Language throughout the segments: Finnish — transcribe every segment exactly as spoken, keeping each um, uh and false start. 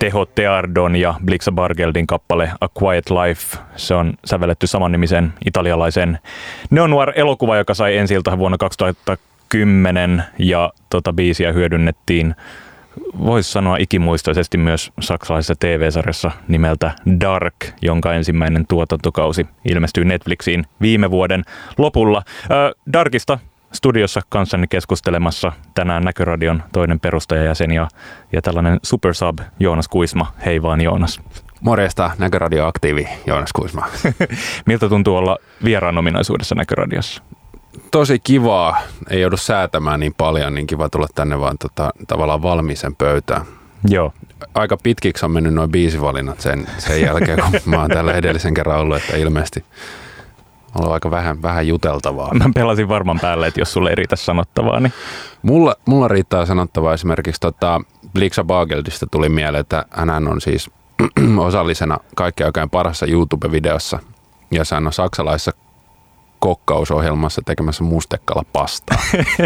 Teho Teardon ja Blixa Bargeldin kappale A Quiet Life. Se on sävelletty samannimisen italialaisen neo-noir-elokuva, joka sai ensi-iltaan vuonna kaksituhattakymmenen ja tota biisiä hyödynnettiin, voisi sanoa ikimuistoisesti myös saksalaisessa T V-sarjassa nimeltä Dark, jonka ensimmäinen tuotantokausi ilmestyi Netflixiin viime vuoden lopulla. Äh, Darkista studiossa kanssani keskustelemassa tänään Näköradion toinen perustajajäsen ja, ja tällainen supersub Joonas Kuisma. Hei vaan Joonas. Morjesta, Näköradio-aktiivi Joonas Kuisma. Miltä tuntuu olla vieraan ominaisuudessa Näköradiossa? Tosi kivaa. Ei joudu säätämään niin paljon, niin kiva tulla tänne vaan tota, tavallaan valmiisen pöytään. Joo. Aika pitkiksi on mennyt nuo biisivalinnat sen, sen jälkeen, kun mä oon täällä edellisen kerran ollut, että ilmeisesti on ollut aika vähän, vähän juteltavaa. Mä pelasin varman päälle, että jos sulle ei riitä sanottavaa, niin... Mulla, mulla riittää sanottavaa esimerkiksi tota, Blixa Bargeldista tuli mieleen, että hän on siis osallisena kaikkien aikojen parhaassa YouTube-videossa, jossa hän on saksalaisessa kokkausohjelmassa tekemässä mustekala pastaa.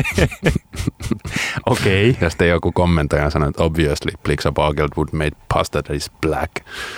Okei. Okay. Ja sitten joku kommentoija sanoi, että obviously Blixa Bargeld would make pasta that is black.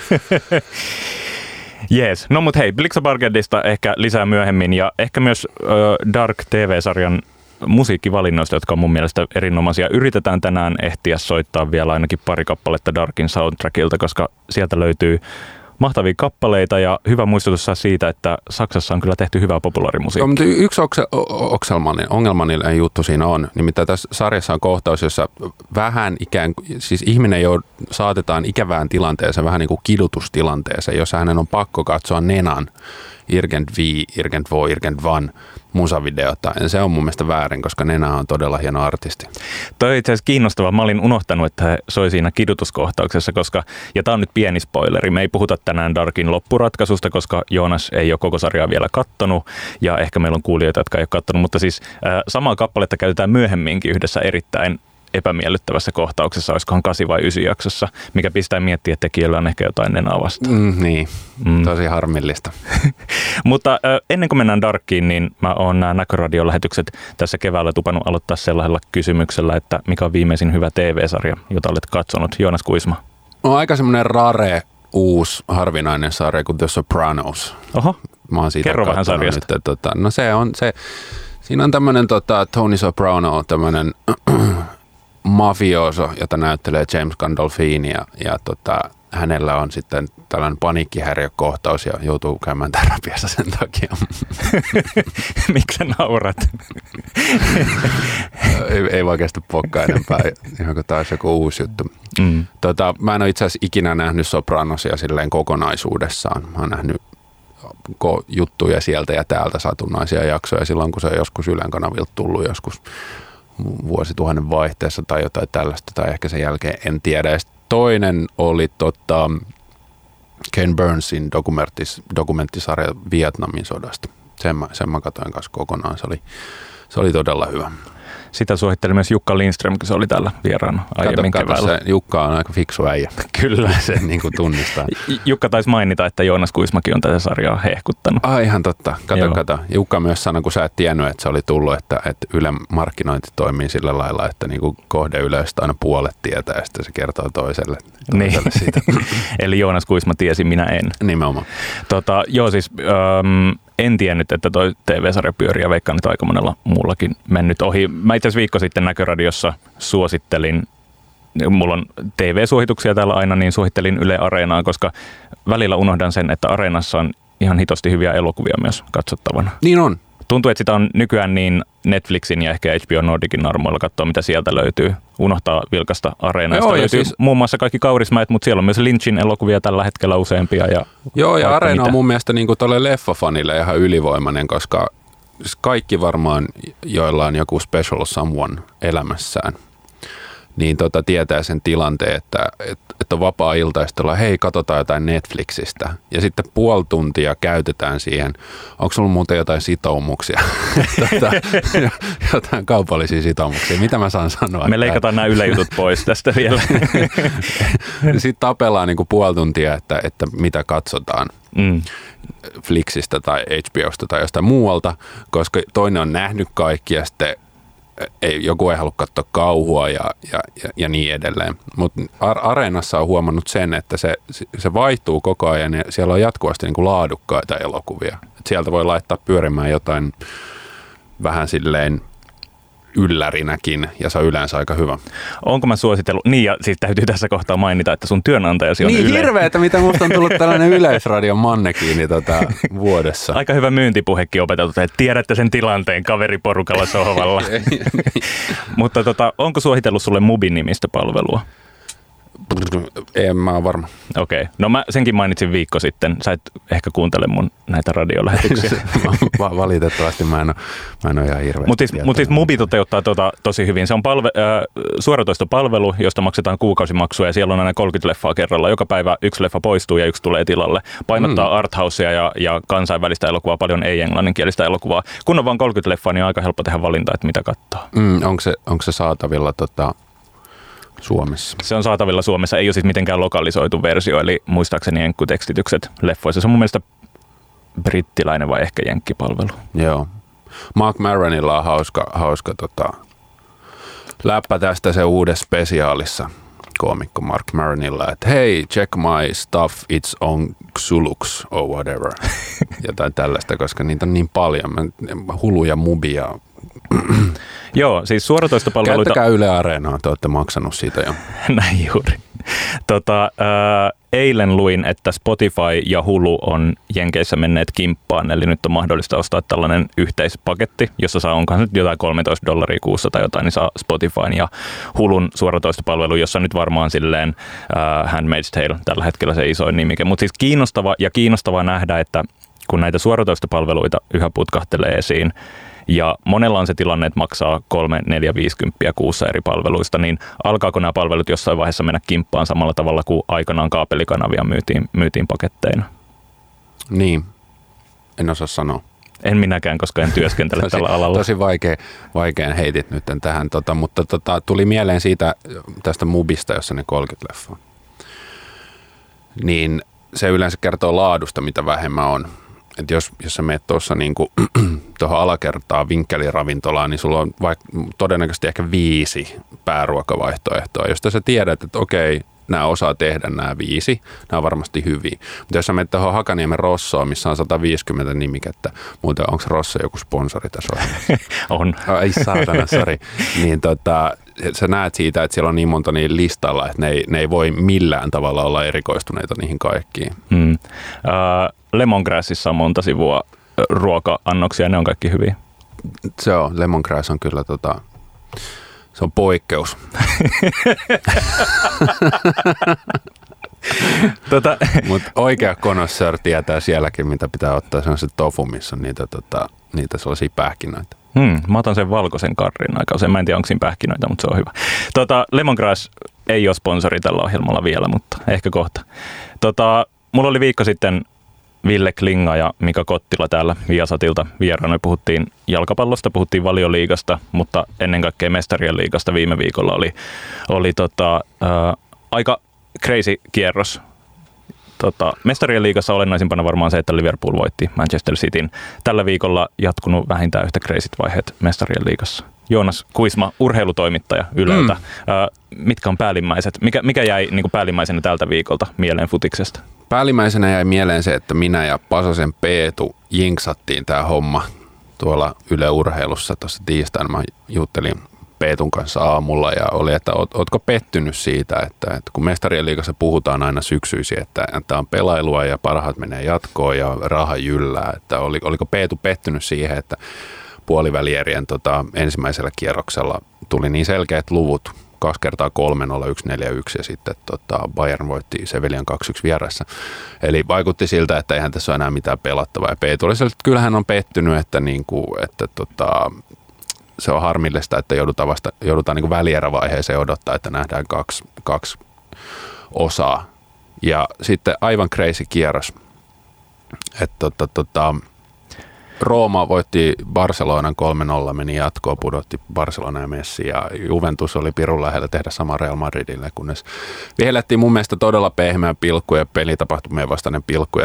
Jees. No mut hei, Blixa Bargeldista ehkä lisää myöhemmin ja ehkä myös äh, Dark T V-sarjan musiikkivalinnoista, jotka on mun mielestä erinomaisia. Yritetään tänään ehtiä soittaa vielä ainakin pari kappaletta Darkin soundtrackilta, koska sieltä löytyy mahtavia kappaleita ja hyvä muistutus siitä, että Saksassa on kyllä tehty hyvää populaarimusiikkia. Mutta yksi okselmainen, ongelmallinen juttu siinä on, nimittäin tässä sarjassa on kohtaus, jossa vähän ikään kuin, siis ihminen jo saatetaan ikävään tilanteeseen, vähän niin kuin kidutustilanteeseen, jossa hänen on pakko katsoa Nenan Irgend Vi, Irgend Wo, Irgend Wann musavideota. Ja se on mun mielestä väärin, koska Nena on todella hieno artisti. Toi on itse asiassa kiinnostavaa. Mä olin unohtanut, että he soi siinä kidutuskohtauksessa, koska, ja tää on nyt pieni spoileri, me ei puhuta tänään Darkin loppuratkaisusta, koska Joonas ei ole koko sarjaa vielä kattonut, ja ehkä meillä on kuulijoita, jotka ei ole kattonut, mutta siis äh, samaa kappaletta käytetään myöhemminkin yhdessä erittäin epämiellyttävässä kohtauksessa, olisikohan kasi vai ysi jaksossa, mikä pistää miettiä, että tekijöillä on ehkä jotain Nenaa vastaan. Mm, niin, mm. tosi harmillista. Mutta äh, ennen kuin mennään Darkiin, niin mä oon nämä Näköradion-lähetykset tässä keväällä tupannut aloittaa sellaisella kysymyksellä, että mikä on viimeisin hyvä T V-sarja, jota olet katsonut, Joonas Kuisma? On aika semmoinen rare, uusi, harvinainen sarja kuin The Sopranos. Oho, mä oon siitä kerro vähän sarjasta. Nyt, tota, no se on se, siinä on tämmöinen tota, Tony Soprano, tämmöinen mafioso, jota näyttelee James Gandolfini ja, ja tota, hänellä on sitten tällainen paniikkihäiriökohtaus ja joutuu käymään terapiassa sen takia. Miksi sä naurat? ei, ei oikeasti pokkaa enempää, ihan kuin taas joku uusi juttu. Mm. Tota, mä en ole itse asiassa ikinä nähnyt Sopranosia silleen kokonaisuudessaan. Mä oon nähnyt juttuja sieltä ja täältä satunnaisia jaksoja silloin, kun se on joskus Ylen kanavilta tullut joskus vuosituhannen vaihteessa tai jotain tällaista, tai ehkä sen jälkeen, en tiedä. Ja toinen oli tota, Ken Burnsin dokumenttisarja Vietnamin sodasta. Sen mä, sen mä katsoin kanssa kokonaan. Se oli, se oli todella hyvä. Sitä suositteli myös Jukka Lindström, kun se oli täällä vieraana aiemmin kato, keväällä. Se Jukka on aika fiksu äijä. Kyllä. Sen niin kuin tunnistaa. Jukka taisi mainita, että Joonas Kuismakin on tätä sarjaa hehkuttanut. Ah, ihan totta. Kato, Joo. kato. Jukka myös sanoi, kun sä et tiennyt, että se oli tullut, että, että Ylen markkinointi toimii sillä lailla, että niin kuin kohdeyleistä aina puolet tietää ja sitten se kertoo toiselle, toiselle niin. siitä. Eli Joonas Kuisma tiesi, minä en. Nimenomaan. Tota, joo siis... Um, En tiennyt, että toi T V-sarja pyörii ja veikkaan nyt aika monella muullakin mennyt ohi. Mä itse asiassa viikko sitten Näköradiossa suosittelin, mulla on T V-suosituksia täällä aina, niin suosittelin Yle Areenaa, koska välillä unohdan sen, että Areenassa on ihan hitosti hyviä elokuvia myös katsottavana. Niin on. Tuntuu, että sitä on nykyään niin Netflixin ja ehkä H B O Nordicin armoilla katsoa, mitä sieltä löytyy. Unohtaa vilkasta Areenasta. Joo, löytyy siis muun muassa kaikki Kaurismäet, mutta siellä on myös Lynchin elokuvia tällä hetkellä useampia. Ja Joo, ja Areena on mun mielestä niin kuin tolle leffafanille ihan ylivoimainen, koska kaikki varmaan, joilla on joku special someone elämässään, niin tota, tietää sen tilanteen, että, että, että on vapaa-ilta ja sitten ollaan, hei, katsotaan jotain Netflixistä. Ja sitten puoli tuntia käytetään siihen. Onko sulla muuten jotain sitoumuksia? tota, jotain kaupallisia sitoumuksia. Mitä mä saan sanoa? Me leikataan nämä Yle-jutut pois tästä vielä. Sitten tapellaan niin kuin puoli tuntia, että, että mitä katsotaan. Mm. Flixistä tai H B Osta tai jostain muualta, koska toinen on nähnyt kaikki ja sitten ei, joku ei halua katsoa kauhua ja, ja, ja, ja niin edelleen. Mutta Areenassa on huomannut sen, että se, se vaihtuu koko ajan ja siellä on jatkuvasti niin kuin laadukkaita elokuvia. Et sieltä voi laittaa pyörimään jotain vähän silleen yllärinäkin, ja se on yleensä aika hyvä. Onko mä suositellut? Niin, ja siis täytyy tässä kohtaa mainita, että sun työnantajasi on niin Yle. Niin hirveetä, mitä musta on tullut tällainen Yleisradion mannekiini tota vuodessa. Aika hyvä myyntipuhekin opeteltu, että tiedätte sen tilanteen kaveriporukalla sohvalla. Mutta tota, onko suositellut sulle Mubin nimistä palvelua? En mä ole varma. Okei. Okay. No mä senkin mainitsin viikko sitten. Sä et ehkä kuuntele mun näitä radiolähetyksiä. Valitettavasti mä en ole, mä en ole ihan hirveästi. Mutta siis, mut siis Mubi toteuttaa tota tosi hyvin. Se on palve, äh, suoratoistopalvelu, josta maksetaan kuukausimaksua ja siellä on aina kolmekymmentä leffaa kerralla. Joka päivä yksi leffa poistuu ja yksi tulee tilalle. Painottaa mm. arthousea ja, ja kansainvälistä elokuvaa, paljon ei-englanninkielistä elokuvaa. Kun on vaan kolmekymmentä leffaa, niin on aika helppo tehdä valinta, että mitä katsoa. Mm, onko, se, onko se saatavilla tota Suomessa? Se on saatavilla Suomessa, ei ole siis mitenkään lokalisoitu versio, eli muistaakseni jenkkutekstitykset leffoissa. Se on mun mielestä brittiläinen vai ehkä jenkkipalvelu. Joo. Mark Maronilla on hauska, hauska tota, läppä tästä se uudessa spesiaalissa, koomikko Mark Maronilla, että hei, check my stuff, it's on Xulux or whatever. Jotain tällaista, koska niitä on niin paljon. Huluja mubia. Joo, siis suoratoistopalveluita... Käyttäkää Yle Areenaa, te olette maksanut siitä jo. Näin juuri. Tota, ää, eilen luin, että Spotify ja Hulu on Jenkeissä menneet kimppaan, eli nyt on mahdollista ostaa tällainen yhteispaketti, jossa saa onkaan nyt jotain kolmetoista dollaria kuussa tai jotain, niin saa Spotifyn ja Hulun suoratoistopalvelu, jossa nyt varmaan silleen ää, Handmaid's Tale tällä hetkellä se isoin nimike. Mutta siis kiinnostava ja kiinnostavaa nähdä, että kun näitä suoratoistopalveluita yhä putkahtelee esiin, ja monella on se tilanne, että maksaa kolme, neljä, viisikymppiä kuussa eri palveluista, niin alkaako nämä palvelut jossain vaiheessa mennä kimppaan samalla tavalla kuin aikanaan kaapelikanavia myytiin, myytiin paketteina? Niin, en osaa sanoa. En minäkään, koska en työskentele tosi, tällä alalla. Tosi vaikea, vaikean heitit nyt tähän, tota, mutta tota, tuli mieleen siitä tästä Mubista, jossa ne kolmekymmentä leffaa. Niin se yleensä kertoo laadusta, mitä vähemmän on. Et jos, jos sä meet tuossa niinku, tuohon alakertaan vinkkeliravintolaan, niin sulla on vaikka todennäköisesti ehkä viisi pääruokavaihtoehtoa, josta sä tiedät, että okei, nämä osaa tehdä nämä viisi, nämä on varmasti hyviä. Mutta jos sä menet tuohon Hakaniemen Rossoon, missä on sata viisikymmentä nimikettä, muuten onko Rosso joku sponsori tässä ohjelmassa? On. Ai saatana, sori. Niin tota, sä näet siitä, että siellä on niin monta niin listalla, että ne ei, ne ei voi millään tavalla olla erikoistuneita niihin kaikkiin. Hmm. Uh, Lemongrassissa on monta sivua ruoka-annoksia, ne on kaikki hyviä. Se on, Lemongrass on kyllä tota, se on poikkeus. tota. Mutta oikea konossör tietää sielläkin, mitä pitää ottaa. Se on se tofu, missä on niitä, tota, niitä sellaisia pähkinöitä. Hmm, mä otan sen valkoisen karrin aika usein. Mä en tiedä, onko siinä pähkinöitä, mutta se on hyvä. Tota, Lemongrass ei ole sponsori tällä ohjelmalla vielä, mutta ehkä kohta. Tota, mulla oli viikko sitten Ville Klinga ja Mika Kottila täällä Viasatilta vieraana. Puhuttiin jalkapallosta, puhuttiin Valioliigasta, mutta ennen kaikkea Mestarien liigasta viime viikolla oli, oli tota, ää, aika crazy kierros. Tota, Mestarien liigassa olennaisimpana varmaan se, että Liverpool voitti Manchester Cityn. Tällä viikolla jatkunut vähintään yhtä crazyt vaiheet Mestarien liigassa. Joonas Kuisma, urheilutoimittaja Yleltä. Mm. Ää, mitkä on päällimmäiset? Mikä, mikä jäi niin kuin päällimmäisenä tältä viikolta mieleen futiksesta? Päällimmäisenä jäi mieleen se, että minä ja Pasosen Peetu jinksattiin tämä homma tuolla Yle Urheilussa. Tuossa tiistaina mä juttelin Peetun kanssa aamulla ja oli, että oot, ootko pettynyt siitä, että, että kun Mestarien liigassa puhutaan aina syksyisin, että tämä on pelailua ja parhaat menee jatkoon ja raha jyllää, että oli, oliko Peetu pettynyt siihen, että puolivälierien tota, ensimmäisellä kierroksella tuli niin selkeät luvut, kaksi kertaa kolme nolla yksi neljä yksi ja sitten tota, Bayern voitti Sevillän kaksi yksi vieressä. Eli vaikutti siltä, että eihän tässä ole enää mitään pelattavaa. Ja Peetu oli sieltä, että kyllähän on pettynyt, että, niinku, että tota, se on harmillista, että joudutaan, vasta, joudutaan niinku välierävaiheeseen odottaa, että nähdään kaksi, kaksi osaa. Ja sitten aivan crazy kierros. Että tota, tota, Rooma voitti Barcelonan kolme nolla, meni jatkoon, pudotti Barcelona ja Messi ja Juventus oli pirun lähellä tehdä sama Real Madridille, kunnes vihellettiin mun mielestä todella pehmeä pilkku ja pelitapahtumien vastainen pilkku ja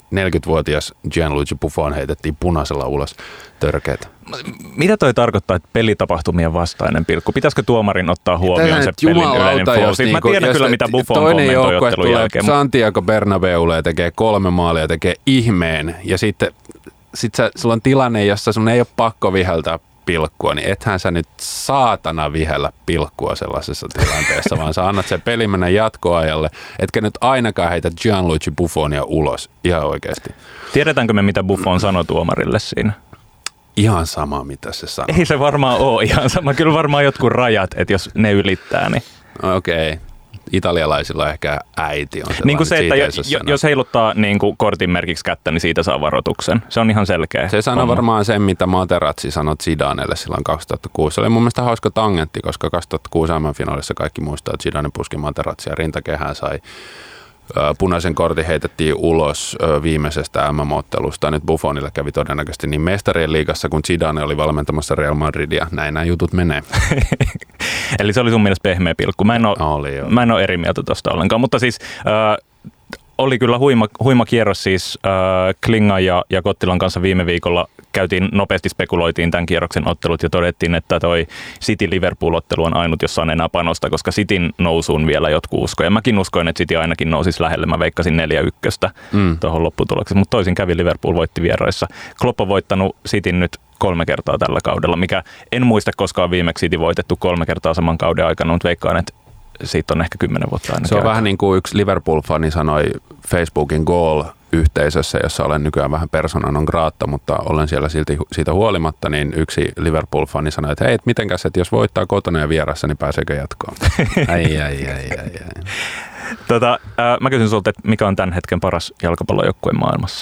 neljäkymmentävuotias Gianluigi Buffon heitettiin punaisella ulos, törkeetä. Mitä toi tarkoittaa, että pelitapahtumien vastainen pilkku? Pitäisikö tuomarin ottaa huomioon se pelin yleinen flow? Siis mä tiedän kyllä, mitä Buffon kommentoi ottelun jälkeen. Santiago Bernabeulle ja tekee kolme maalia ja tekee ihmeen. Ja sitten sit sä, sulla on tilanne, jossa sun ei ole pakko viheltää pilkkua, niin ethän sä nyt saatana vihellä pilkkua sellaisessa tilanteessa, vaan sä annat sen pelin mennä jatkoajalle, etkä nyt ainakaan heitä Gianluigi Buffonia ulos, ihan oikeasti. Tiedetäänkö me, mitä Buffon sanoi tuomarille siinä? Ihan sama, mitä se sanoo. Ei se varmaan ole ihan sama. Kyllä varmaan jotkut rajat, että jos ne ylittää, niin... Okei. Okay. Italialaisilla ehkä äiti on niin kuin se, että jo, jos heiluttaa niin kuin kortin merkiksi kättä, niin siitä saa varoituksen. Se on ihan selkeä. Se sanoo varmaan sen, mitä Materazzi sanoi Zidanelle silloin kaksituhattakuusi. Se oli mun mielestä hauska tangentti, koska kaksituhattakuusi M M-finaalissa kaikki muistaa, että Zidane puski Materazzia rintakehään, sai punaisen kortin, heitettiin ulos viimeisestä M M-ottelusta. Nyt Buffonille kävi todennäköisesti niin mestarien liigassa, kun Zidane oli valmentamassa Real Madridia. Näin nämä jutut menee. Eli se oli sun mielestä pehmeä pilkku. Mä en ole, mä en ole eri mieltä tuosta ollenkaan, mutta siis... Äh, oli kyllä huima, huima kierros siis äh, Klingan ja, ja Kottilan kanssa viime viikolla. Käytiin, nopeasti spekuloitiin tämän kierroksen ottelut ja todettiin, että toi City-Liverpool-ottelu on ainut, jossa on enää panosta, koska Cityn nousuun vielä jotkut uskoo. Ja mäkin uskoin, että City ainakin nousisi lähelle. Mä veikkasin neljä ykköstä mm. tuohon lopputulokseen, mutta toisin kävi, Liverpool voitti vieraissa. Klopp on voittanut Cityn nyt kolme kertaa tällä kaudella, mikä en muista koskaan viimeksi City voitettu kolme kertaa saman kauden aikana, mutta veikkaan, että siitä on ehkä kymmenen vuotta ainakin. Se on vähän niin kuin yksi Liverpool-fani sanoi Facebookin Goal-yhteisössä, jossa olen nykyään vähän persona non grata, mutta olen siellä silti siitä huolimatta, niin yksi Liverpool-fani sanoi, että hei, et mitenkäs, että jos voittaa kotona ja vieressä, niin pääseekö jatkoon? Ai, ai, ai, ai, ai. Tota, äh, mä kysyn sulta, että mikä on tämän hetken paras jalkapallojoukkue maailmassa?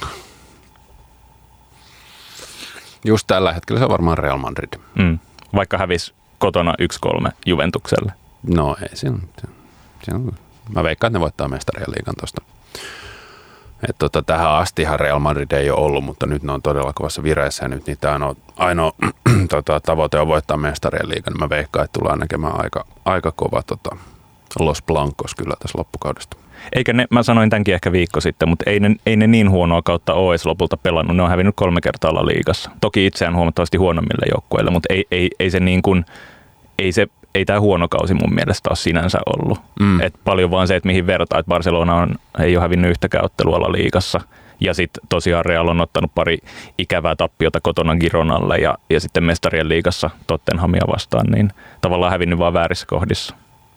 Just tällä hetkellä se on varmaan Real Madrid. Mm. Vaikka hävisi kotona yksi kolme Juventukselle. No ei, se on, se on, mä veikkaan, että ne voittaa mestarien liigan tuosta. Tota, tähän astihan Real Madrid ei ole ollut, mutta nyt ne on todella kovassa vireessä ja nyt niitä ainoa, ainoa tota, tavoite on voittaa mestarien liigan. Mä veikkaan, että tullaan näkemään aika, aika kova tota, Los Blancos kyllä tässä loppukaudesta. Eikä ne, mä sanoin tämänkin ehkä viikko sitten, mutta ei ne, ei ne niin huonoa kautta ole edes lopulta pelannut. Ne on hävinnyt kolme kertaa La Ligassa. Toki itseään huomattavasti huonommille joukkueille, mutta ei, ei, ei se niin kuin, ei se ei tämä huono kausi mun mielestä ole sinänsä ollut. Mm. Et paljon vaan se, että mihin vertaa, että Barcelona on, ei ole hävinnyt yhtäkään ottelua La Ligassa. Ja sitten tosiaan Real on ottanut pari ikävää tappiota kotona Gironalle ja, ja sitten mestarien liigassa Tottenhamia vastaan, niin tavallaan hävinnyt vaan väärissä kohdissa.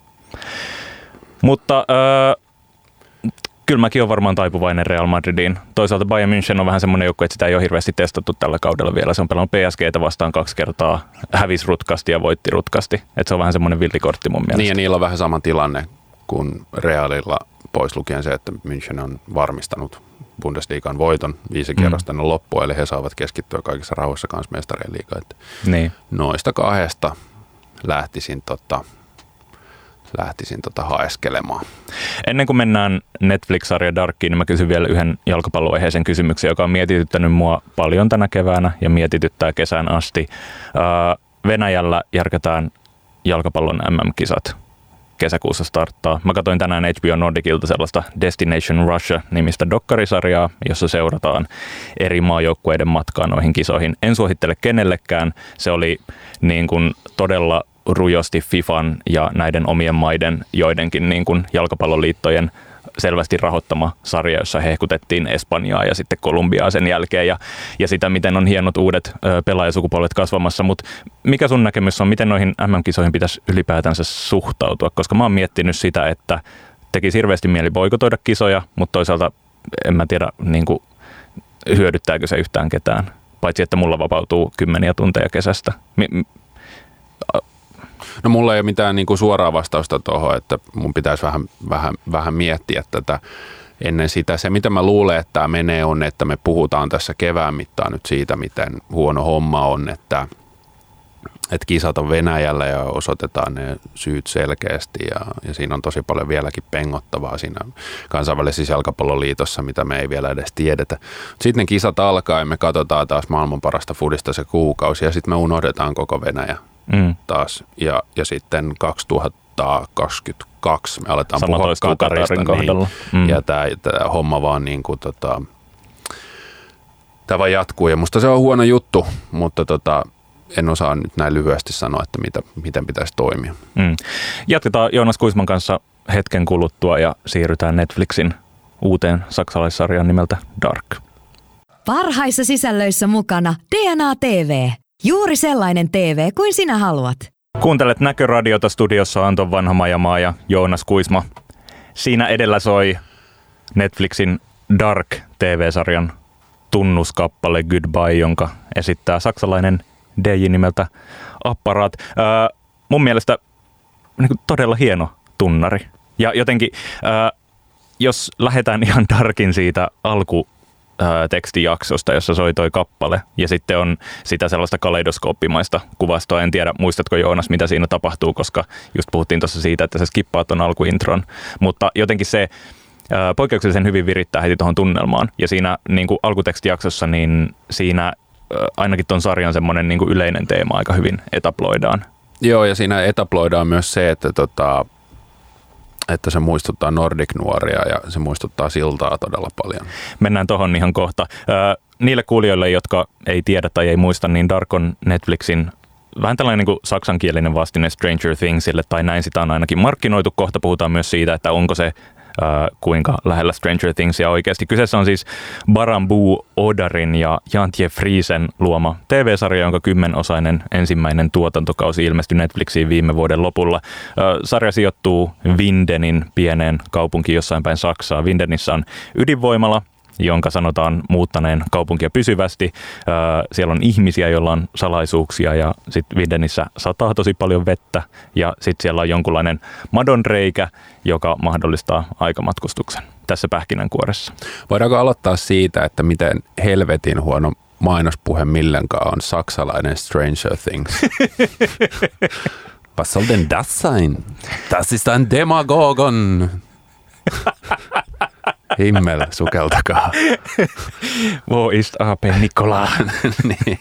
Mutta äh, kyllä mäkin olen varmaan taipuvainen Real Madridiin. Toisaalta Bayern München on vähän semmoinen joukko, että sitä ei ole hirveästi testattu tällä kaudella vielä. Se on pelannut P S G:tä vastaan kaksi kertaa, hävisi rutkasti ja voitti rutkasti. Että se on vähän semmoinen villikortti mun mielestä. Niin ja niillä on vähän sama tilanne kuin Realilla, pois lukien se, että München on varmistanut Bundesliigan voiton viisi kierrosta mm. ennen loppua, eli he saavat keskittyä kaikissa rauhassa kanssa mestarien liigaan. Niin. Noista kahdesta lähtisin tota... lähtisin tota haeskelemaan. Ennen kuin mennään Netflix-sarja Darkiin, niin mä kysyn vielä yhden jalkapalloaiheisen kysymyksen, joka on mietityttänyt mua paljon tänä keväänä ja mietityttää kesän asti. Venäjällä järkätään jalkapallon M M-kisat. Kesäkuussa starttaa. Mä katsoin tänään H B O Nordicilta sellaista Destination Russia-nimistä dokkarisarjaa, jossa seurataan eri maajoukkueiden matkaa noihin kisoihin. En suosittele kenellekään. Se oli niin kuin todella rujosti FIFAn ja näiden omien maiden joidenkin niin kuin jalkapalloliittojen selvästi rahoittama sarja, jossa hehkutettiin Espanjaa ja sitten Kolumbiaa sen jälkeen ja, ja sitä, miten on hienot uudet ö, pelaajasukupolvet kasvamassa. Mutta mikä sun näkemys on, miten noihin M M-kisoihin pitäisi ylipäätänsä suhtautua? Koska mä oon miettinyt sitä, että tekisi hirveästi mieli boikotoida kisoja, mutta toisaalta en mä tiedä, niin kuin, hyödyttääkö se yhtään ketään. Paitsi, että mulla vapautuu kymmeniä tunteja kesästä. Mi- No mulla ei ole mitään niin kuin suoraa vastausta tuohon, että mun pitäisi vähän, vähän, vähän miettiä tätä ennen sitä. Se, mitä mä luulen, että tämä menee, on, että me puhutaan tässä kevään mittaan nyt siitä, miten huono homma on, että, että kisat on Venäjällä ja osoitetaan ne syyt selkeästi ja, ja siinä on tosi paljon vieläkin pengottavaa siinä kansainvälisessä jalkapalloliitossa, mitä me ei vielä edes tiedetä. Sitten ne kisat alkaa ja me katsotaan taas maailman parasta fudista se kuukausi ja sitten me unohdetaan koko Venäjä. Mm. taas. Ja, ja sitten kaksituhattakaksikymmentäkaksi me aletaan sama puhua Katarista. Niin, mm. Ja tämä homma vaan niin kuin, tota, tämä vaan jatkuu ja musta se on huono juttu, mutta tota, en osaa nyt näin lyhyesti sanoa, että mitä, miten pitäisi toimia. Mm. Jatketaan Joonas Kuisman kanssa hetken kuluttua ja siirrytään Netflixin uuteen saksalaissarjaan nimeltä Dark. Parhaissa sisällöissä mukana D N A T V. Juuri sellainen T V kuin sinä haluat. Kuuntelet Näköradiota, studiossa Anton Vanhamajamaa ja Joonas Kuisma. Siinä edellä soi Netflixin Dark T V-sarjan tunnuskappale Goodbye, jonka esittää saksalainen D J nimeltä Apparat. Ää, mun mielestä niin kuin todella hieno tunnari. Ja jotenkin, ää, jos lähdetään ihan Darkin siitä alku tekstijaksosta, jossa soi toi kappale, ja sitten on sitä sellaista kaleidoskooppimaista kuvastoa. En tiedä, muistatko Joonas, mitä siinä tapahtuu, koska just puhuttiin tuossa siitä, että sä skippaat ton alkuintron, mutta jotenkin se ää, poikkeuksellisen hyvin virittää heti tuohon tunnelmaan, ja siinä niin kuin alkutekstijaksossa, niin siinä ää, ainakin ton sarjan semmoinen niin kuin yleinen teema aika hyvin etaploidaan. Joo, ja siinä etaploidaan myös se, että tota, että se muistuttaa Nordic-nuoria ja se muistuttaa siltaa todella paljon. Mennään tohon ihan kohta. Äh, niille kuulijoille, jotka ei tiedä tai ei muista, niin Dark on Netflixin vähän tällainen niin kuin saksankielinen vastine Stranger Thingsille, tai näin sitä on ainakin markkinoitu. Kohta puhutaan myös siitä, että onko se äh, kuinka lähellä Stranger Thingsia oikeasti. Kyseessä on siis Barambu Odarin ja Jantje Friesen luoma T V-sarja, jonka kymmenosainen ensimmäinen tuotantokausi ilmestyi Netflixiin viime vuoden lopulla. Äh, sarja sijoittuu Windenin pieneen kaupunkiin jossain päin Saksaa. Windenissä on ydinvoimala, jonka sanotaan muuttaneen kaupunkia pysyvästi. Siellä on ihmisiä, joilla on salaisuuksia, ja sitten Windenissä sataa tosi paljon vettä, ja sitten siellä on jonkunlainen madonreikä, joka mahdollistaa aikamatkustuksen tässä pähkinänkuoressa. Voidaanko aloittaa siitä, että miten helvetin huono mainospuhe millenkaan on saksalainen Stranger Things? Was soll denn das sein? Das ist ein Demagogon. Himmel, sukeltakaa. Wo ist Ape Nikola? Niin.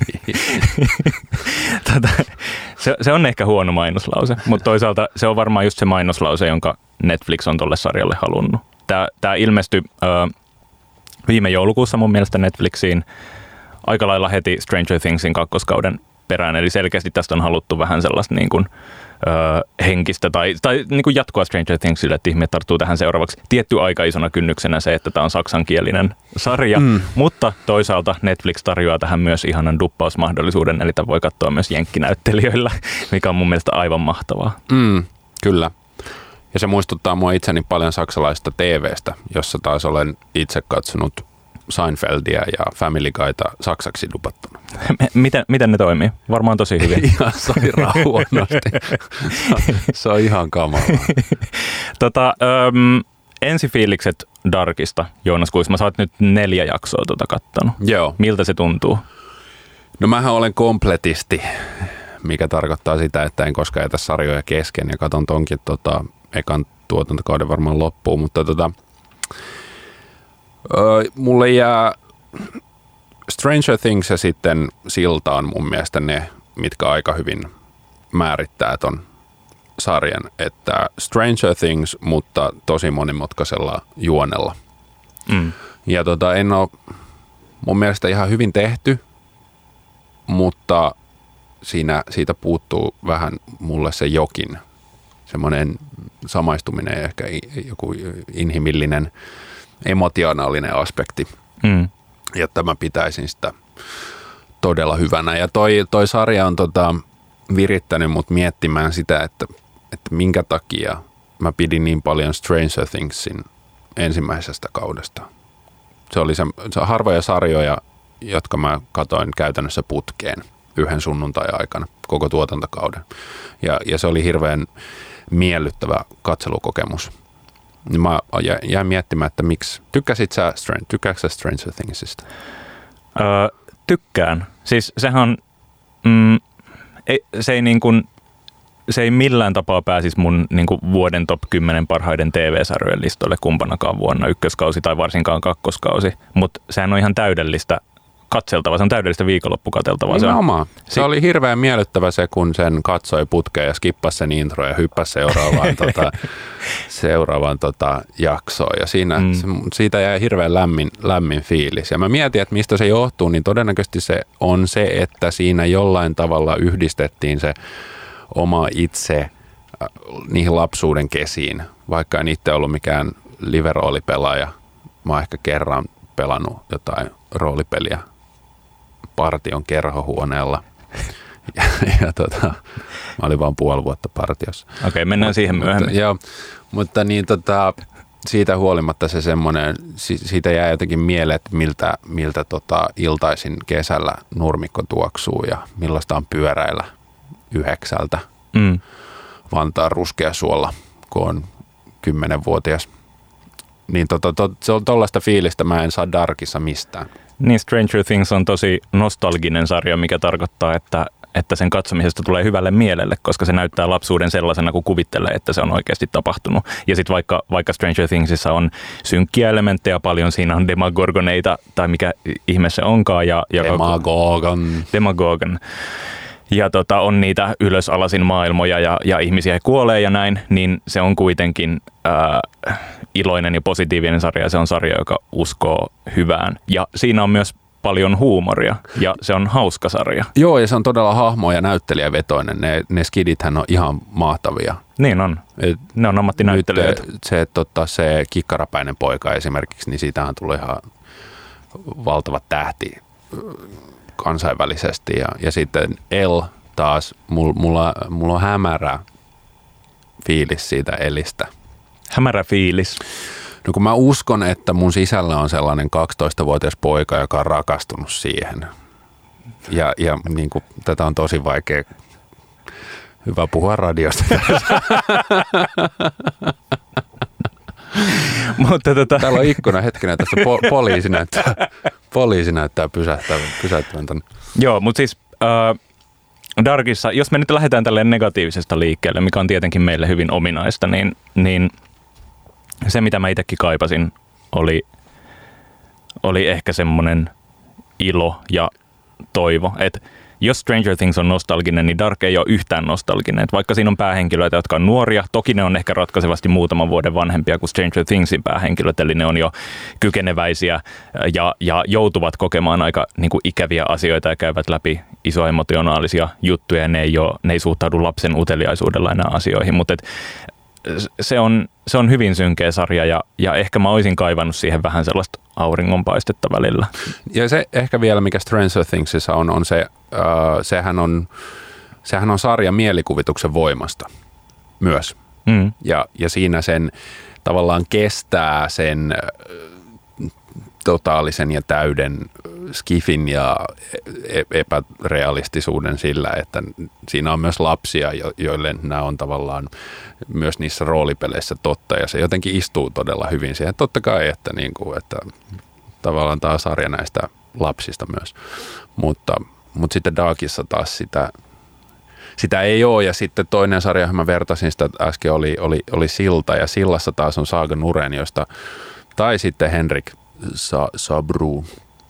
Tätä, se, se on ehkä huono mainoslause, mutta toisaalta se on varmaan just se mainoslause, jonka Netflix on tolle sarjalle halunnut. Tämä, tämä ilmestyi ö, viime joulukuussa mun mielestä Netflixiin aika lailla heti Stranger Thingsin kakkoskauden perään, eli selkeästi tästä on haluttu vähän sellaista niin kuin, ö, henkistä tai, tai niin kuin jatkoa Stranger Thingsille, että ihmiset tarttuu tähän seuraavaksi. Tietty aika isona kynnyksenä se, että tämä on saksankielinen sarja, mm. mutta toisaalta Netflix tarjoaa tähän myös ihanan duppausmahdollisuuden, eli tämä voi katsoa myös jenkkinäyttelijöillä, mikä on mun mielestä aivan mahtavaa. Mm, kyllä. Ja se muistuttaa mua itseni paljon saksalaisesta T V:stä, jossa taas olen itse katsonut Seinfeldia ja Family Guyta saksaksi dupattuna. Miten, miten ne toimii? Varmaan tosi hyvin. Ihan sairaan huonosti. Se on ihan kamalaa. tota, öm, ensifiilikset Darkista, Joonas Kuisma. Sä oot nyt neljä jaksoa tuota kattonut. Joo. Miltä se tuntuu? No mähän olen kompletisti, mikä tarkoittaa sitä, että en koskaan jätä sarjoja kesken ja katon tonkin tota, ekan tuotantokauden varmaan loppuun, mutta tota, öö, mulle jää Stranger Things ja sitten Silta on mun mielestä ne, mitkä aika hyvin määrittää ton sarjan, että Stranger Things, mutta tosi monimutkaisella juonella. Mm. Ja tota, en ole mun mielestä ihan hyvin tehty, mutta siinä, siitä puuttuu vähän mulle se jokin, semmoinen samaistuminen ja ehkä joku inhimillinen, emotionaalinen aspekti, mm. jotta mä pitäisin sitä todella hyvänä. Ja toi, toi sarja on tota, virittänyt mut miettimään sitä, että, että minkä takia mä pidin niin paljon Stranger Thingsin ensimmäisestä kaudesta. Se oli se, se harvoja sarjoja, jotka mä katoin käytännössä putkeen yhden sunnuntai-aikana koko tuotantokauden. Ja, ja se oli hirveän miellyttävä katselukokemus. Mä jäin miettimään, että miksi. Tykkäsit sä, tykkääksä Stranger Thingsista? Öö, tykkään. Siis sehän on, mm, ei, se, ei niin kuin, se ei millään tapaa pääsisi mun niin kuin vuoden top kymmenen parhaiden T V-sarjojen listoille kumpanakaan vuonna, ykköskausi tai varsinkaan kakkoskausi. Mutta sehän on ihan täydellistä katseltava, se on täydellistä viikonloppukateltavaa. Nimenomaan. Se, se oli hirveän miellyttävä se, kun sen katsoi putkeen ja skippasi sen intro ja hyppäsi seuraavaan, tota, seuraavaan tota, jaksoon. Ja siinä, mm. se, siitä jäi hirveän lämmin, lämmin fiilis. Ja mä mietin, että mistä se johtuu, niin todennäköisesti se on se, että siinä jollain tavalla yhdistettiin se oma itse niihin lapsuuden kesiin, vaikka en itse ollut mikään live-roolipelaaja. Mä oon ehkä kerran pelannut jotain roolipeliä partion kerhohuoneella. Ja, ja tota, mä olin vaan puoli vuotta partiossa. Okei, okay, mennään Mut, siihen myöhemmin. Mutta, joo, mutta niin tota, siitä huolimatta se semmoinen, siitä jää jotenkin mieleen, että miltä, miltä tota iltaisin kesällä nurmikko tuoksuu ja millaista on pyöräillä yhdeksältä mm. Vantaan Ruskeasuolla, kun on kymmenvuotias. Niin tota, to, se on tollaista fiilistä, mä en saa Darkissa mistään. Niin, Stranger Things on tosi nostalginen sarja, mikä tarkoittaa, että, että sen katsomisesta tulee hyvälle mielelle, koska se näyttää lapsuuden sellaisena, kun kuvittelee, että se on oikeasti tapahtunut. Ja sitten vaikka, vaikka Stranger Thingsissa on synkkiä elementtejä paljon, siinä on demagorgoneita tai mikä ihme se onkaan. Ja, ja Demagogon. Demagogon. Ja tota, on niitä ylösalasin maailmoja ja, ja ihmisiä kuolee ja näin, niin se on kuitenkin ää, iloinen ja positiivinen sarja. Se on sarja, joka uskoo hyvään. Ja siinä on myös paljon huumoria ja se on hauska sarja. Joo, ja se on todella hahmo- ja näyttelijävetoinen. Ne, ne skidithän on ihan mahtavia. Niin on. Et ne on ammattinäyttelijöitä. Se, tota, se kikkarapäinen poika esimerkiksi, niin siitähän tuli ihan valtava tähti kansainvälisesti. Ja, ja sitten El taas, mulla, mulla, mulla on hämärä fiilis siitä Elistä. Hämärä fiilis? No kun mä uskon, että mun sisällä on sellainen kaksitoistavuotias poika, joka on rakastunut siihen. Ja, ja niin kuin, tätä on tosi vaikea, hyvä puhua radiosta. Mutta tota... Täällä on ikkuna hetkinen, tässä po- poliisi näyttää, poliisi näyttää pysähtävän, pysähtävän tänne. Joo, mutta siis äh, Darkissa, jos me nyt lähdetään tälleen negatiivisesta liikkeelle, mikä on tietenkin meille hyvin ominaista, niin, niin se mitä mä itsekin kaipasin oli, oli ehkä semmoinen ilo ja toivo, että jos Stranger Things on nostalginen, niin Dark ei ole yhtään nostalginen. Et vaikka siinä on päähenkilöitä, jotka on nuoria, toki ne on ehkä ratkaisevasti muutaman vuoden vanhempia kuin Stranger Thingsin päähenkilöt, eli ne on jo kykeneväisiä ja, ja joutuvat kokemaan aika niin kuin ikäviä asioita ja käyvät läpi isoemotionaalisia juttuja, ja ne ei, ole, ne ei suhtaudu lapsen uteliaisuudella enää asioihin, mutta et, se on, se on hyvin synkeä sarja ja, ja ehkä mä olisin kaivannut siihen vähän sellaista auringonpaistetta välillä. Ja se ehkä vielä, mikä Stranger Thingsissa on, on se, äh, sehän on, sehän on sarja mielikuvituksen voimasta myös. Mm. Ja, ja siinä sen tavallaan kestää sen äh, totaalisen ja täyden skifin ja epärealistisuuden sillä, että siinä on myös lapsia, joille nämä on tavallaan myös niissä roolipeleissä totta, ja se jotenkin istuu todella hyvin siihen. Totta kai, että, niin kuin, että tavallaan tämä sarja näistä lapsista myös, mutta, mutta sitten Darkissa taas sitä, sitä ei ole, ja sitten toinen sarja, johon mä vertasin sitä äsken, oli, oli, oli Silta, ja Sillassa taas on Saga Nuren, josta, tai sitten Henrik Sa, Sabru,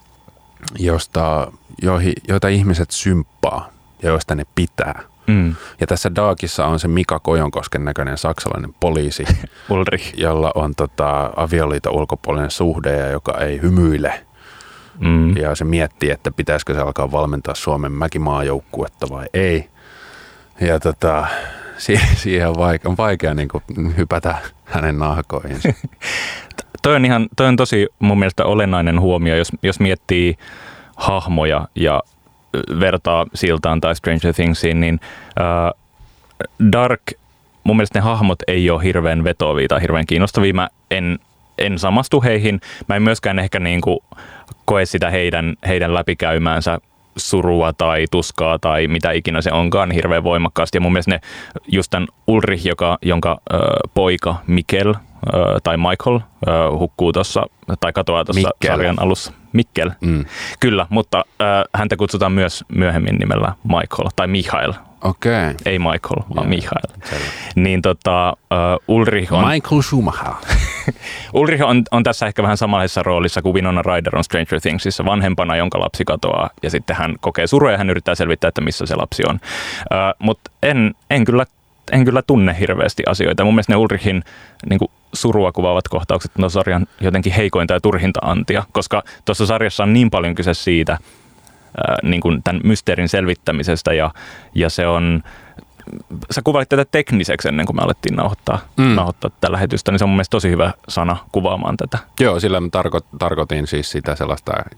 josta, joihin, joita ihmiset symppaa ja joista ne pitää. Mm. Ja tässä Darkissa on se Mika Kojonkosken näköinen saksalainen poliisi, Ulrich, jolla on tota, avioliiton ulkopuolinen suhde ja joka ei hymyile. Mm. Ja se miettii, että pitäisikö se alkaa valmentaa Suomen mäkimaajoukkuetta vai ei. Ja tota, siihen on vaikea, on vaikea niin kuin hypätä hänen nahkoihinsa. Toi on, ihan, toi on tosi mun mielestä olennainen huomio, jos, jos miettii hahmoja ja vertaa Siltaan tai Stranger Thingsiin, niin äh, Dark, mun mielestä ne hahmot ei ole hirveän vetovia tai hirveän kiinnostavia. Mä en, en samastu heihin. Mä en myöskään ehkä niinku koe sitä heidän, heidän läpikäymäänsä surua tai tuskaa tai mitä ikinä se onkaan hirveän voimakkaasti. Ja mun mielestä ne, just tämän Ulrich, joka, jonka äh, poika Mikkel tai Michael hukkuu tuossa tai katoaa tuossa sarjan alussa. Mikkel, mm. Kyllä, mutta äh, häntä kutsutaan myös myöhemmin nimellä Michael tai Michael. Okei. Okay. Ei Michael, vaan Michael. Niin tota, uh, Ulrich on... Michael Schumacher. Ulrich on, on tässä ehkä vähän samanlaisessa roolissa kuin Winona Ryder on Stranger Thingsissa, vanhempana, jonka lapsi katoaa, ja sitten hän kokee surua ja hän yrittää selvittää, että missä se lapsi on. Uh, Mutta en, en, kyllä, en kyllä tunne hirveästi asioita. Mun mielestä ne Ulrichin niin kuin surua kuvaavat kohtaukset on sarjan jotenkin heikointa ja turhinta antia, koska tuossa sarjassa on niin paljon kyse siitä, uh, niin kuin tämän mysteerin selvittämisestä, ja, ja se on... Sä kuvailit tätä tekniseksi ennen kuin me alettiin nauhoittaa, mm. nauhoittaa tätä lähetystä, niin se on mun mielestä tosi hyvä sana kuvaamaan tätä. Joo, sillä mä tarko- tarkoitin siis sitä sellaista ö,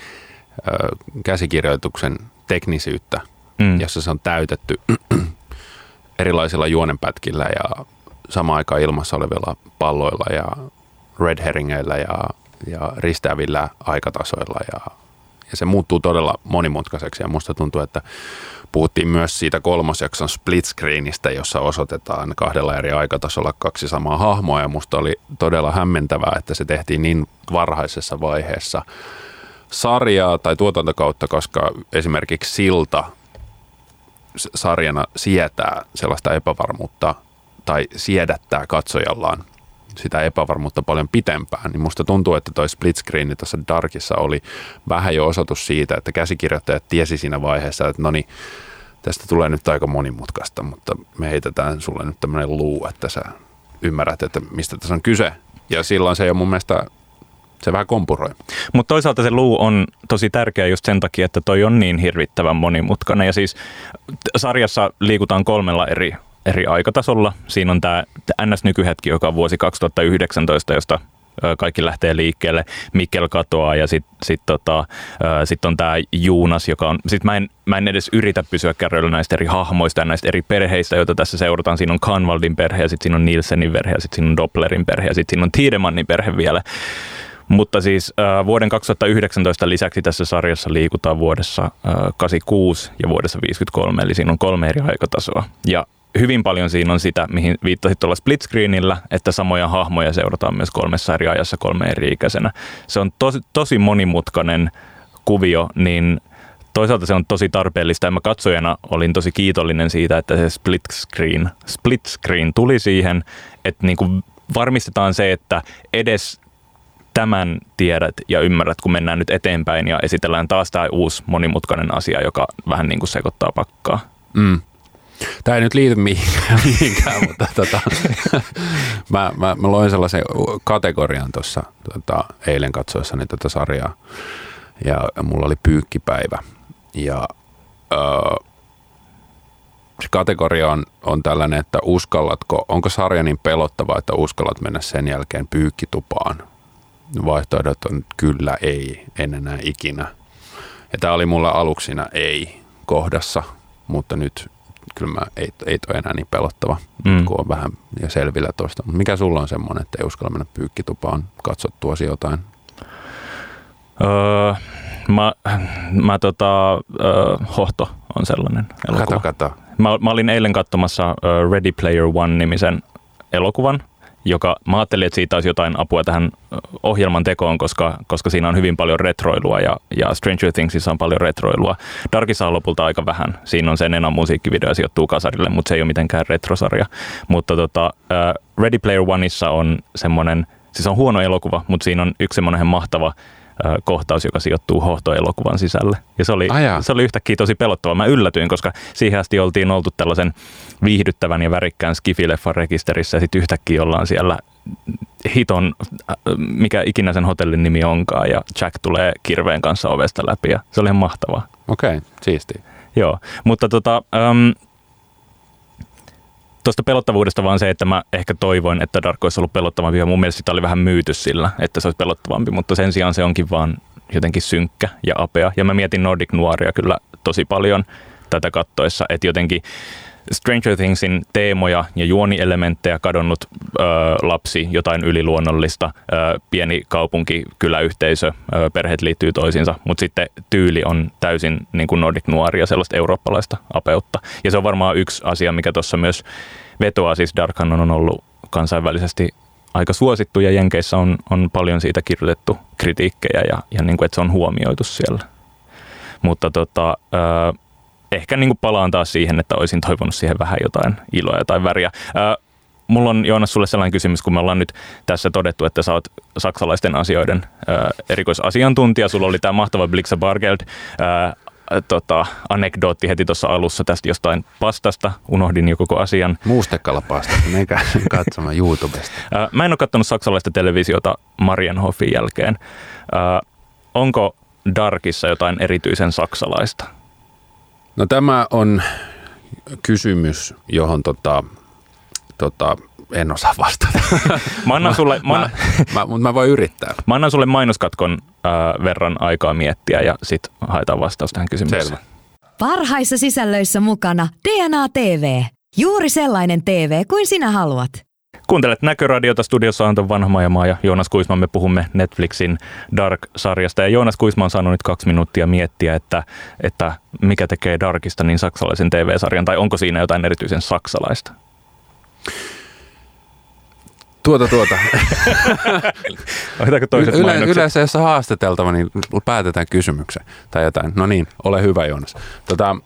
käsikirjoituksen teknisyyttä, mm. jossa se on täytetty erilaisilla juonenpätkillä ja samaan aikaan ilmassa olevilla palloilla ja red herringeillä ja, ja risteävillä aikatasoilla ja, ja se muuttuu todella monimutkaiseksi ja musta tuntuu, että puhuttiin myös siitä kolmosjakson split screenistä, jossa osoitetaan kahdella eri aikatasolla kaksi samaa hahmoa ja musta oli todella hämmentävää, että se tehtiin niin varhaisessa vaiheessa sarjaa tai tuotantokautta, koska esimerkiksi Silta sarjana sietää sellaista epävarmuutta tai siedättää katsojallaan sitä epävarmuutta paljon pitempään, niin musta tuntuu, että toi split screen tuossa Darkissa oli vähän jo osoitus siitä, että käsikirjoittajat tiesi siinä vaiheessa, että no niin, tästä tulee nyt aika monimutkaista, mutta me heitetään sulle nyt tämmöinen luu, että sä ymmärrät, että mistä tässä on kyse. Ja silloin se jo mun mielestä, se vähän kompuroi. Mutta toisaalta se luu on tosi tärkeä just sen takia, että toi on niin hirvittävän monimutkainen. Ja siis sarjassa liikutaan kolmella eri eri aikatasolla. Siinä on tämä N S-nykyhetki, joka on vuosi kaksituhattayhdeksäntoista, josta kaikki lähtee liikkeelle. Mikkel katoaa ja sitten sit tota, sit on tämä Jonas, joka on... Sit mä en, mä en edes yritä pysyä kärryillä näistä eri hahmoista ja näistä eri perheistä, joita tässä seurataan. Siinä on Kanvaldin perhe ja sitten siinä on Nielsenin perhe ja sitten siinä on Dopplerin perhe ja sitten siinä on Tiedemannin perhe vielä. Mutta siis äh, vuoden kaksituhattayhdeksäntoista lisäksi tässä sarjassa liikutaan vuodessa äh, kahdeksankymmentäkuusi ja vuodessa viisikymmentäkolme, eli siinä on kolme eri aikatasoa. Ja hyvin paljon siinä on sitä, mihin viittasit tuolla split screenillä, että samoja hahmoja seurataan myös kolmessa eri ajassa kolme eri ikäisenä. Se on tosi, tosi monimutkainen kuvio, niin toisaalta se on tosi tarpeellista ja mä katsojana olin tosi kiitollinen siitä, että se split screen, split screen tuli siihen, että niin kuin varmistetaan se, että edes tämän tiedät ja ymmärrät, kun mennään nyt eteenpäin ja esitellään taas tämä uusi monimutkainen asia, joka vähän niin kuin sekoittaa pakkaa. Mm. Tämä ei nyt liity mihinkään, mihinkään mutta tota, mä, mä, mä loin sellaisen kategorian tuossa tota, eilen katsoessani tätä sarjaa ja mulla oli pyykkipäivä ja öö, se kategoria on, on tällainen, että uskallatko, onko sarja niin pelottava, että uskallat mennä sen jälkeen pyykkitupaan? Vaihtoehdot on kyllä, ei, en enää ikinä. Ja tämä oli mulla aluksi siinä ei kohdassa, mutta nyt kyllä mä, ei, ei toi enää niin pelottava, mm. kun on vähän ja selvillä tuosta. Mikä sulla on semmoinen, että ei uskalla mennä pyykkitupaan katsottuasi jotain? Öö, mä, mä tota, öö, Hohto on sellainen elokuva. Kato, kato. Mä, mä olin eilen katsomassa uh, Ready Player One-nimisen elokuvan, joka mä ajattelin, että siitä olisi jotain apua tähän ohjelman tekoon, koska, koska siinä on hyvin paljon retroilua ja, ja Stranger Thingsissa on paljon retroilua. Darkissa on lopulta aika vähän. Siinä on se Nenan musiikkivideo ja sijoittuu kasarille, mutta se ei ole mitenkään retrosarja. Mutta tota, uh, Ready Player Oneissa on semmoinen, siis on huono elokuva, mutta siinä on yksi semmoinen mahtava uh, kohtaus, joka sijoittuu Hohto-elokuvan sisälle. Ja se oli, se oli yhtäkkiä tosi pelottava. Mä yllätyin, koska siihen asti oltiin oltu tällaisen viihdyttävän ja värikkään skifileffan rekisterissä ja sitten yhtäkkiä ollaan siellä hiton, mikä ikinä sen hotellin nimi onkaan ja Jack tulee kirveen kanssa ovesta läpi ja se oli ihan mahtavaa. Okei, okay, siistiä. Joo, mutta tota, um, tuosta pelottavuudesta vaan se, että mä ehkä toivoin, että Dark olisi ollut pelottavampi ja mun mielestä sitä oli vähän myyty sillä, että se olisi pelottavampi, mutta sen sijaan se onkin vaan jotenkin synkkä ja apea ja mä mietin Nordic Noiria kyllä tosi paljon tätä kattoessa, että jotenkin Stranger Thingsin teemoja ja juonielementtejä, kadonnut ö, lapsi, jotain yliluonnollista, ö, pieni kaupunki, kyläyhteisö, ö, perheet liittyy toisiinsa, mutta sitten tyyli on täysin niin kuin Nordic Noiria, sellaista eurooppalaista apeutta. Ja se on varmaan yksi asia, mikä tuossa myös vetoaa, siis Darkhan on ollut kansainvälisesti aika suosittu ja Jenkeissä on, on paljon siitä kirjoitettu kritiikkejä ja, ja niin kuin, että se on huomioitu siellä. Mutta tota... Ö, ehkä niin kuin palaan taas siihen, että olisin toivonut siihen vähän jotain iloa tai väriä. Ää, mulla on, Joonas, sulle sellainen kysymys, kun me ollaan nyt tässä todettu, että sä oot saksalaisten asioiden ää, erikoisasiantuntija. Sulla oli tämä mahtava Blixa Bargeld ää, tota, anekdootti heti tuossa alussa tästä jostain pastasta. Unohdin jo koko asian. Muustekkalapastasta, menkää katsomaan YouTubesta. Ää, mä en ole katsonut saksalaista televisiota Marienhofin jälkeen. Ää, onko Darkissa jotain erityisen saksalaista? No tämä on kysymys, johon tota, tota, en osaa vastata. Mä annan sulle, mä, mä, mä, mutta mä voin yrittää. Mä annan sulle mainoskatkon äh, verran aikaa miettiä ja sit haetaan vastaus tähän kysymykseen. Selvä. Parhaissa sisällöissä mukana D N A T V. Juuri sellainen T V kuin sinä haluat. Kuuntelet Näköradiota, studiossa Anton Vanhamajamaa ja Joonas Kuisma. Me puhumme Netflixin Dark-sarjasta. Ja Joonas Kuisma on saanut nyt kaksi minuuttia miettiä, että, että mikä tekee Darkista niin saksalaisen T V-sarjan, tai onko siinä jotain erityisen saksalaista? Tuota, tuota. toiset Yle, yleensä, jos on haastateltava, niin päätetään kysymyksen tai jotain. No niin, ole hyvä, Joonas. Tota,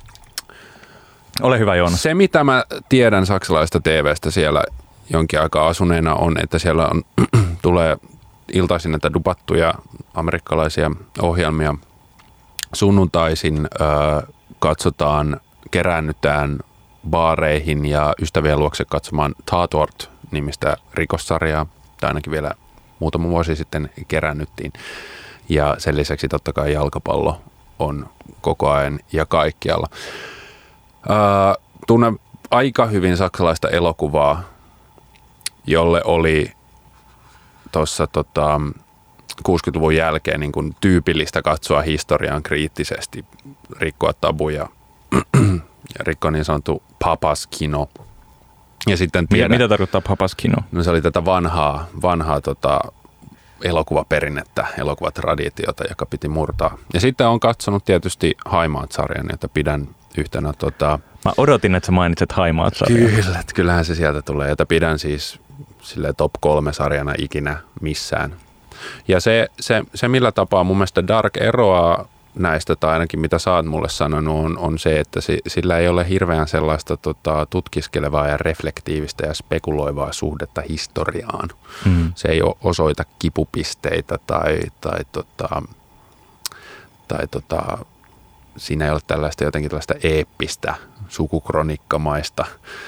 ole hyvä, Joonas. Se, mitä mä tiedän saksalaista T V:stä siellä jonkin aikaa asuneena, on, että siellä on, tulee iltaisin näitä dupattuja amerikkalaisia ohjelmia. Sunnuntaisin ö, katsotaan, keräännytään baareihin ja ystävien luokse katsomaan Tatort-nimistä rikossarjaa, tai ainakin vielä muutama vuosi sitten keräännyttiin. Ja sen lisäksi totta kai jalkapallo on koko ajan ja kaikkialla. Ö, tunnen aika hyvin saksalaista elokuvaa, jolle oli tuossa tota, kuusikymmentäluvun jälkeen niin kuin tyypillistä katsoa historiaan kriittisesti, rikkoa tabuja ja rikkoa niin sanottu papas kino. Ja sitten tiedä, mitä tarkoittaa papas kino? No se oli tätä vanhaa, vanhaa tota, elokuvaperinnettä, elokuvatraditiota, joka piti murtaa. Ja sitten on katsonut tietysti Haimaat-sarjan, jota pidän yhtenä... Tota, Mä odotin, että sä mainitset Haimaat-sarjan. Kyllä, kyllähän se sieltä tulee, jota pidän siis silleen top kolme sarjana ikinä missään. Ja se, se, se millä tapaa mun mielestä Dark eroaa näistä, tai ainakin mitä sä oot mulle sanonut, on, on se, että si, sillä ei ole hirveän sellaista tota, tutkiskelevaa ja reflektiivistä ja spekuloivaa suhdetta historiaan. Mm. Se ei osoita kipupisteitä tai, tai, tota, tai tota, siinä ei ole tällaista jotenkin tällaista eeppistä, sukukronikkamaista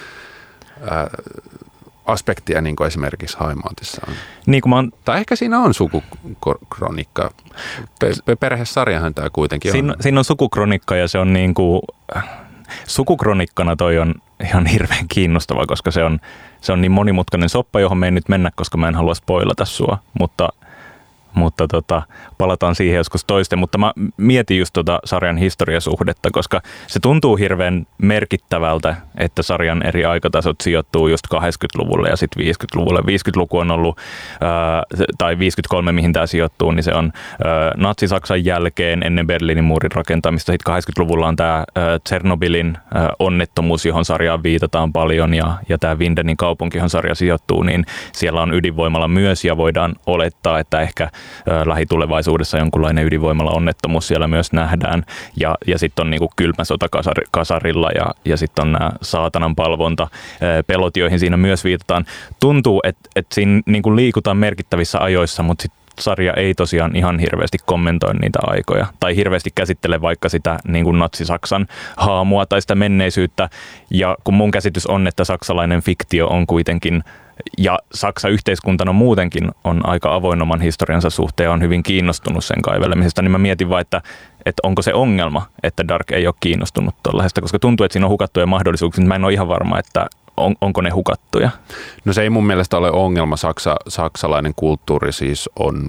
ää, aspektia, niin kuin esimerkiksi Haimaatissa on. Niin kuin mä oon... Tai ehkä siinä on sukukronikka. Pe- perhesarjahan tämä kuitenkin siinä, on. Siinä on sukukronikka ja se on niin kuin... Sukukronikkana toi on ihan hirveän kiinnostava, koska se on, se on niin monimutkainen soppa, johon me ei nyt mennä, koska mä en halua spoilata sua, mutta... Mutta tota, palataan siihen joskus toisten. Mutta mä mietin just tota sarjan historiasuhdetta, koska se tuntuu hirveän merkittävältä, että sarjan eri aikatasot sijoittuu just kahdeksankymmentäluvulle ja sitten viisikymmentäluvulle. viisikymmentäluku on ollut, ää, tai viisikymmentäkolme, mihin tämä sijoittuu, niin se on ää, Natsi-Saksan jälkeen ennen Berliinin muurin rakentamista. Sitten kahdeksankymmentäluvulla on tämä Tsernobylin ää, onnettomuus, johon sarjaan viitataan paljon, ja, ja tämä Vindenin kaupunki, johon sarja sijoittuu, niin siellä on ydinvoimala myös, ja voidaan olettaa, että ehkä lähitulevaisuudessa jonkunlainen ydinvoimala-onnettomuus siellä myös nähdään. Ja, ja sitten on niinku kylmä sota kasarilla ja, ja sitten on nämä saatanan palvonta pelot, joihin siinä myös viitataan. Tuntuu, että et siinä niinku liikutaan merkittävissä ajoissa, mutta sitten sarja ei tosiaan ihan hirveästi kommentoi niitä aikoja tai hirveästi käsittele vaikka sitä niin kuin natsi-Saksan haamua tai sitä menneisyyttä. Ja kun mun käsitys on, että saksalainen fiktio on kuitenkin ja Saksa yhteiskuntana muutenkin on aika avoin oman historiansa suhteen ja on hyvin kiinnostunut sen kaivelemisesta, niin mä mietin vaan, että, että onko se ongelma, että Dark ei ole kiinnostunut tuollaisesta, koska tuntuu, että siinä on hukattuja mahdollisuuksia, mutta mä en ole ihan varma, että on, onko ne hukattuja. No se ei mun mielestä ole ongelma. Saksa, saksalainen kulttuuri siis on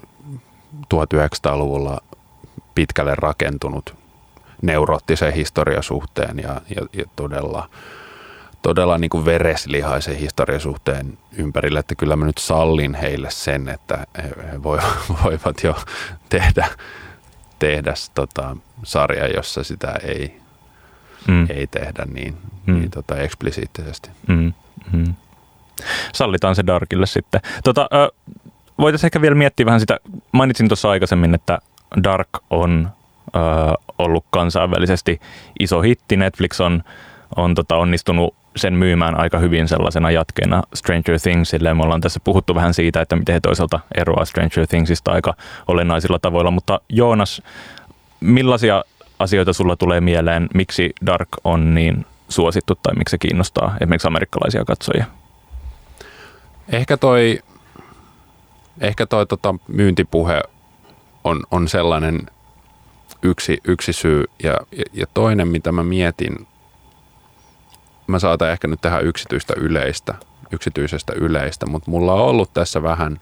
tuhatyhdeksänsataaluvulla pitkälle rakentunut neuroottisen historiasuhteen ja, ja, ja todella... todella niin kuin vereslihaisen historiasuhteen ympärillä, että kyllä mä nyt sallin heille sen, että he voivat jo tehdä, tehdä tota sarja, jossa sitä ei, mm. ei tehdä niin, mm. niin tota eksplisiittisesti. Mm. Mm. Sallitaan se Darkille sitten. Tota, voitaisiin ehkä vielä miettiä vähän sitä, mainitsin tuossa aikaisemmin, että Dark on ö, ollut kansainvälisesti iso hitti. Netflix on, on tota, onnistunut sen myymään aika hyvin sellaisena jatkeena Stranger Thingsille. Me ollaan tässä puhuttu vähän siitä, että miten he toisaalta eroaa Stranger Thingsista aika olennaisilla tavoilla, mutta Joonas, millaisia asioita sulla tulee mieleen, miksi Dark on niin suosittu tai miksi se kiinnostaa esimerkiksi amerikkalaisia katsojia? Ehkä toi, ehkä toi tota myyntipuhe on, on sellainen yksi, yksi syy ja, ja toinen, mitä mä mietin, mä saatan ehkä nyt tehdä yksityistä yleistä, yksityisestä yleistä, mutta mulla on ollut tässä vähän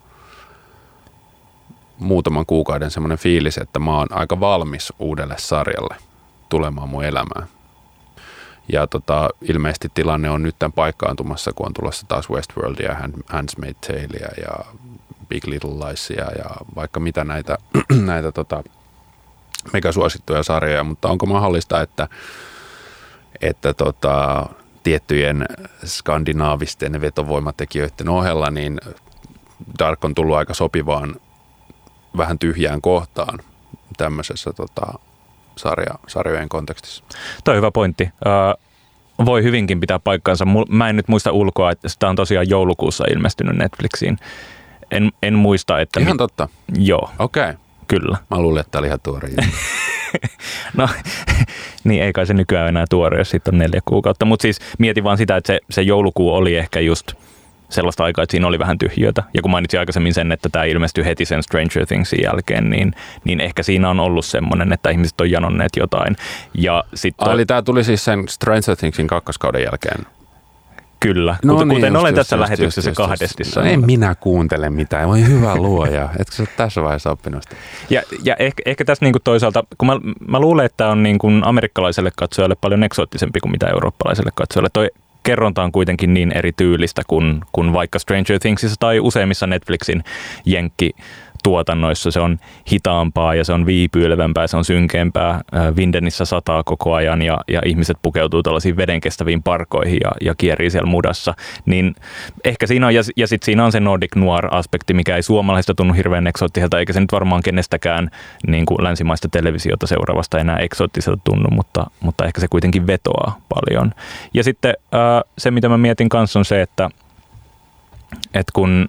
muutaman kuukauden semmoinen fiilis, että mä oon aika valmis uudelle sarjalle tulemaan mun elämään. Ja tota, ilmeisesti tilanne on nyt tämän paikkaantumassa, kun on tulossa taas Westworldia, Handmaid's Taleä ja Big Little Liesia ja vaikka mitä näitä, näitä tota, megasuosittuja sarjoja, mutta onko mahdollista, että, että tota, tiettyjen skandinaavisten vetovoimatekijöiden ohella niin Dark on tullut aika sopivaan vähän tyhjään kohtaan tämmöisessä tota, sarja, sarjojen kontekstissa. Toi on hyvä pointti. Uh, voi hyvinkin pitää paikkaansa. Mä en nyt muista ulkoa, että sitä on tosiaan joulukuussa ilmestynyt Netflixiin. En, en muista, että... Ihan mit... totta? Joo. Okei. Okay. Kyllä. Mä luulen, että tämä oli ihan tuore. No, niin ei kai se nykyään enää tuore, jos siitä on neljä kuukautta. Mutta siis mietin vaan sitä, että se, se joulukuu oli ehkä just sellaista aikaa, että siinä oli vähän tyhjötä. Ja kun mainitsin aikaisemmin sen, että tämä ilmestyi heti sen Stranger Thingsin jälkeen, niin, niin ehkä siinä on ollut semmoinen, että ihmiset on janonneet jotain. Ja sit to... Eli tämä tuli siis sen Stranger Thingsin kakkoskauden jälkeen? Kyllä, no kuten, niin, kuten just, olen just, tässä just, lähetyksessä just, kahdesti just, sanonut. En minä kuuntele mitään, voi hyvä luoja. Etkö sä ole tässä vaiheessa oppinut sitä? Ja, ja ehkä, ehkä tässä niinku toisaalta, kun mä, mä luulen, että on niinku amerikkalaiselle katsojalle paljon eksoottisempi kuin mitä eurooppalaiselle katsojalle. Toi kerronta on kuitenkin niin eri tyylistä kuin, kuin vaikka Stranger Thingsissa tai useimmissa Netflixin jenkkituotannoissa. Se on hitaampaa ja se on viipyilevämpää, se on synkeämpää. Vindenissä sataa koko ajan ja, ja ihmiset pukeutuu tällaisiin vedenkestäviin parkoihin ja, ja kierii siellä mudassa. Niin ehkä siinä on, ja, ja sitten siinä on se Nordic Noir-aspekti, mikä ei suomalaisista tunnu hirveän eksoottiselta, eikä se nyt varmaan kenestäkään niin kuin länsimaista televisiota seuraavasta enää eksoottiselta tunnu, mutta, mutta ehkä se kuitenkin vetoaa paljon. Ja sitten äh, se, mitä mä mietin kanssa on se, että, että kun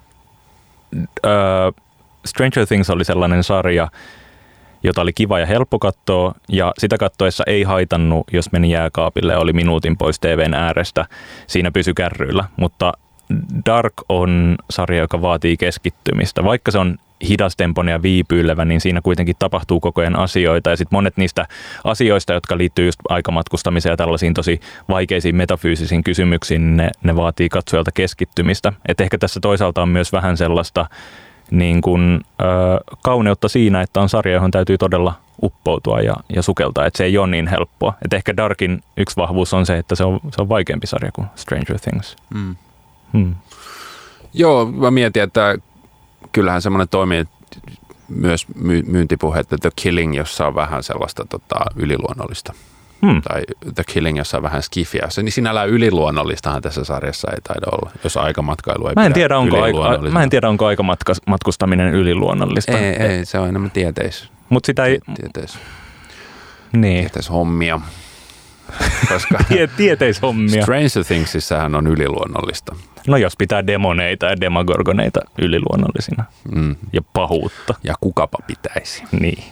äh, Stranger Things oli sellainen sarja, jota oli kiva ja helppo katsoa, ja sitä kattoessa ei haitannut, jos meni jääkaapille ja oli minuutin pois T V:n äärestä. Siinä pysyi kärryillä, mutta Dark on sarja, joka vaatii keskittymistä. Vaikka se on hidastempoinen ja viipyilevä, niin siinä kuitenkin tapahtuu koko ajan asioita, ja sitten monet niistä asioista, jotka liittyy just aikamatkustamiseen ja tällaisiin tosi vaikeisiin metafyysisiin kysymyksiin, ne, ne vaatii katsojalta keskittymistä. Et ehkä tässä toisaalta on myös vähän sellaista niin kuin, ö, kauneutta siinä, että on sarja, johon täytyy todella uppoutua ja, ja sukeltaa, että se ei ole niin helppoa. Et ehkä Darkin yksi vahvuus on se, että se on, se on vaikeampi sarja kuin Stranger Things. Mm. Hmm. Joo, mä mietin, että kyllähän semmoinen toimii myös my- myyntipuhe, että The Killing, jossa on vähän sellaista tota, yliluonnollista. Hmm. Tai The Killing, jossa on vähän skifiä. Se, niin sinällään yliluonnollistahan tässä sarjassa ei taida olla, jos aikamatkailu ei mä en tiedä, onko aika, Mä en tiedä, onko aikamatkustaminen yliluonnollista. Ei, ei, se on enemmän tieteis. Mut sitä ei... Tieteis. Niin. Tieteishommia. Koska Tieteishommia. Stranger Thingsissähän on yliluonnollista. No jos pitää demoneita ja demagorgoneita yliluonnollisina. Mm. Ja pahuutta. Ja kukapa pitäisi. Niin.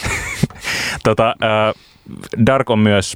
tota, äh, Dark on myös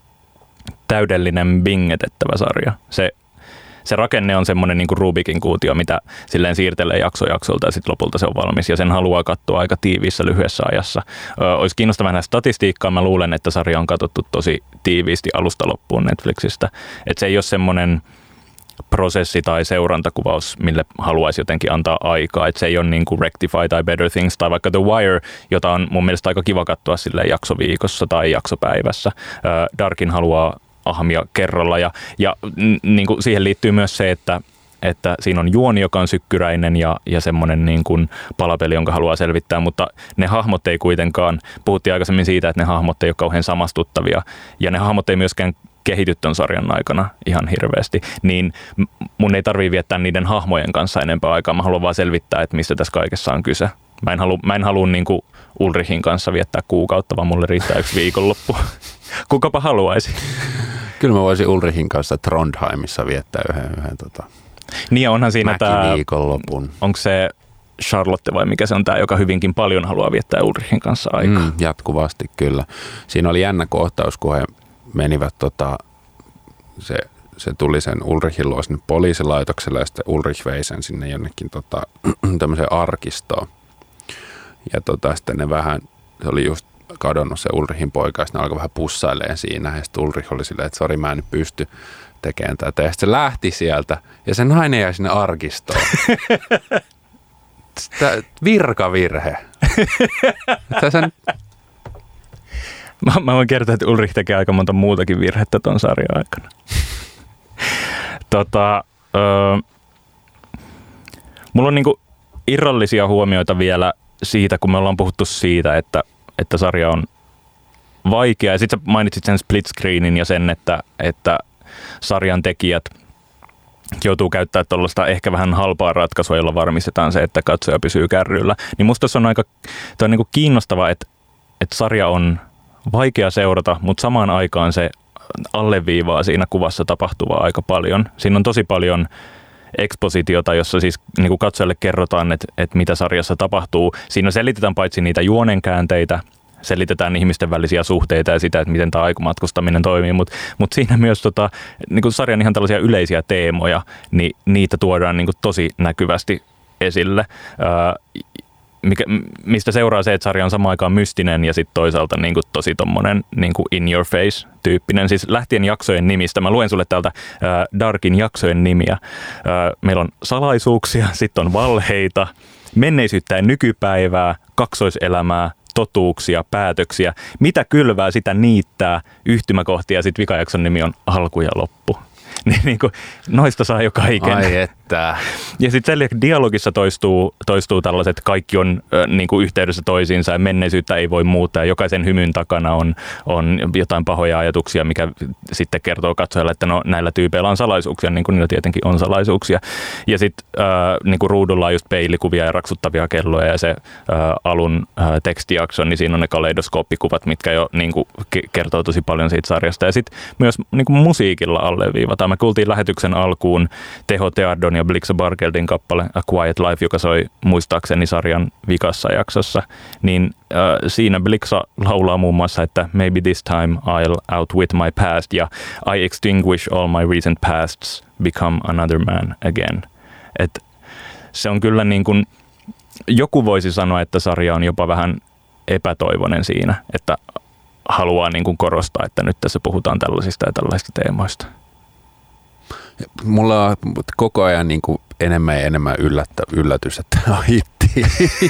täydellinen bingetettävä sarja. Se, se rakenne on semmoinen niin kuin Rubikin kuutio, mitä silleen siirtelee jakso jaksolta ja sitten lopulta se on valmis. Ja sen haluaa katsoa aika tiiviissä lyhyessä ajassa. Ö, olisi kiinnostavaa nähdä statistiikkaa. Mä luulen, että sarja on katsottu tosi tiiviisti alusta loppuun Netflixistä. Että se ei ole semmoinen prosessi tai seurantakuvaus, mille haluaisi jotenkin antaa aikaa. Että se ei ole niin kuin Rectify tai Better Things tai vaikka The Wire, jota on mun mielestä aika kiva katsoa silleen jaksoviikossa tai jaksopäivässä. Darkin haluaa ahmia kerralla ja, ja niin kuin siihen liittyy myös se, että että siinä on juoni, joka on sykkyräinen ja, ja semmoinen niin kuin palapeli, jonka haluaa selvittää, mutta ne hahmot ei kuitenkaan, puhuttiin aikaisemmin siitä, että ne hahmot ei ole kauhean samastuttavia ja ne hahmot ei myöskään kehity ton sarjan aikana ihan hirveästi, niin mun ei tarvitse viettää niiden hahmojen kanssa enempää aikaa. Mä haluan vaan selvittää, että mistä tässä kaikessa on kyse. Mä en halua, mä en halua niin kuin Ulrichin kanssa viettää kuukautta, vaan mulle riittää yksi viikonloppu. Kukapa haluaisi? Kyllä mä voisin Ulrichin kanssa Trondheimissa viettää yhden, yhden tota, niin onhan siinä tämä, viikonlopun. Onko se Charlotte vai mikä se on tämä, joka hyvinkin paljon haluaa viettää Ulrichin kanssa aikaa? Mm, jatkuvasti kyllä. Siinä oli jännä kohtaus, kun he menivät, tota, se, se tuli sen Ulrichin luo sinne poliisilaitokselle ja sitten Ulrich vei sen sinne jonnekin tota, tämmöiseen arkistoon. Ja tota, sitten ne vähän, se oli just kadonnut se Ulrichin poika, ja ne alkoi vähän pussailemaan siinä, ja sitten Ulrich oli silleen, että sori, mä en nyt pysty tekemään tätä. Ja sitten se lähti sieltä, ja se nainen jäi sinne arkistoon. Sitä virkavirhe. Sen... Mä, mä voin kertoa, että Ulrich tekee aika monta muutakin virhettä ton sarjan aikana. tota, öö, mulla on niinku irrallisia huomioita vielä siitä, kun me ollaan puhuttu siitä, että, että sarja on vaikea. Ja sitten sä mainitsit sen split screenin ja sen, että, että sarjan tekijät joutuu käyttämään tuollaista ehkä vähän halpaa ratkaisua, jolla varmistetaan se, että katsoja pysyy kärryillä. Niin musta se on aika toi on niinku kiinnostavaa, että, että sarja on vaikea seurata, mutta samaan aikaan se alleviivaa siinä kuvassa tapahtuvaa aika paljon. Siinä on tosi paljon ekspositiota, jossa siis niin kuin katsojalle kerrotaan, että, että mitä sarjassa tapahtuu. Siinä selitetään paitsi niitä juonenkäänteitä, selitetään ihmisten välisiä suhteita ja sitä, että miten tämä aikamatkustaminen toimii, mutta mut siinä myös tota, niin kuin sarjan ihan tällaisia yleisiä teemoja, niin niitä tuodaan niin kuin tosi näkyvästi esille. Ää, mikä, mistä seuraa se, että sarja on samaan aikaan mystinen ja sitten toisaalta niin kuin tosi tommonen niin kuin in your face tyyppinen. Siis lähtien jaksojen nimistä. Mä luen sulle täältä äh, Darkin jaksojen nimiä. Äh, meillä on salaisuuksia, sitten on valheita, menneisyyttä ja nykypäivää, kaksoiselämää, totuuksia, päätöksiä. Mitä kylvää, sitä niittää, yhtymäkohtia ja sitten vikajakson nimi on alku ja loppu. Niin, niin kuin, noista saa jo kaiken. Ai että. Ja sitten sen dialogissa toistuu, toistuu tällaiset, kaikki on äh, niin kuin yhteydessä toisiinsa ja menneisyyttä ei voi muuttaa. Jokaisen hymyn takana on, on jotain pahoja ajatuksia, mikä sitten kertoo katsojalle, että no, näillä tyypeillä on salaisuuksia, niin kuin niillä tietenkin on salaisuuksia. Ja sitten äh, niin kuin ruudulla on just peilikuvia ja raksuttavia kelloja ja se äh, alun äh, tekstijakso, niin siinä on ne kaleidoskooppikuvat, mitkä jo niin kuin kertoo tosi paljon siitä sarjasta. Ja sitten myös niin kuin musiikilla alleviivataan. Me kuultiin lähetyksen alkuun Teho Teardon ja Blixa Bargeldin kappale A Quiet Life, joka soi muistaakseni sarjan vikassa jaksossa. Niin äh, siinä Blixa laulaa muun muassa, että maybe this time I'll outwit my past ja I extinguish all my recent pasts, become another man again. Et se on kyllä niin kuin, joku voisi sanoa, että sarja on jopa vähän epätoivoinen siinä, että haluaa niin kuin korostaa, että nyt tässä puhutaan tällaisista ja tällaisista teemoista. Mulla on koko ajan niin kuin enemmän ja enemmän yllättä, yllätys, että tämä on hitti.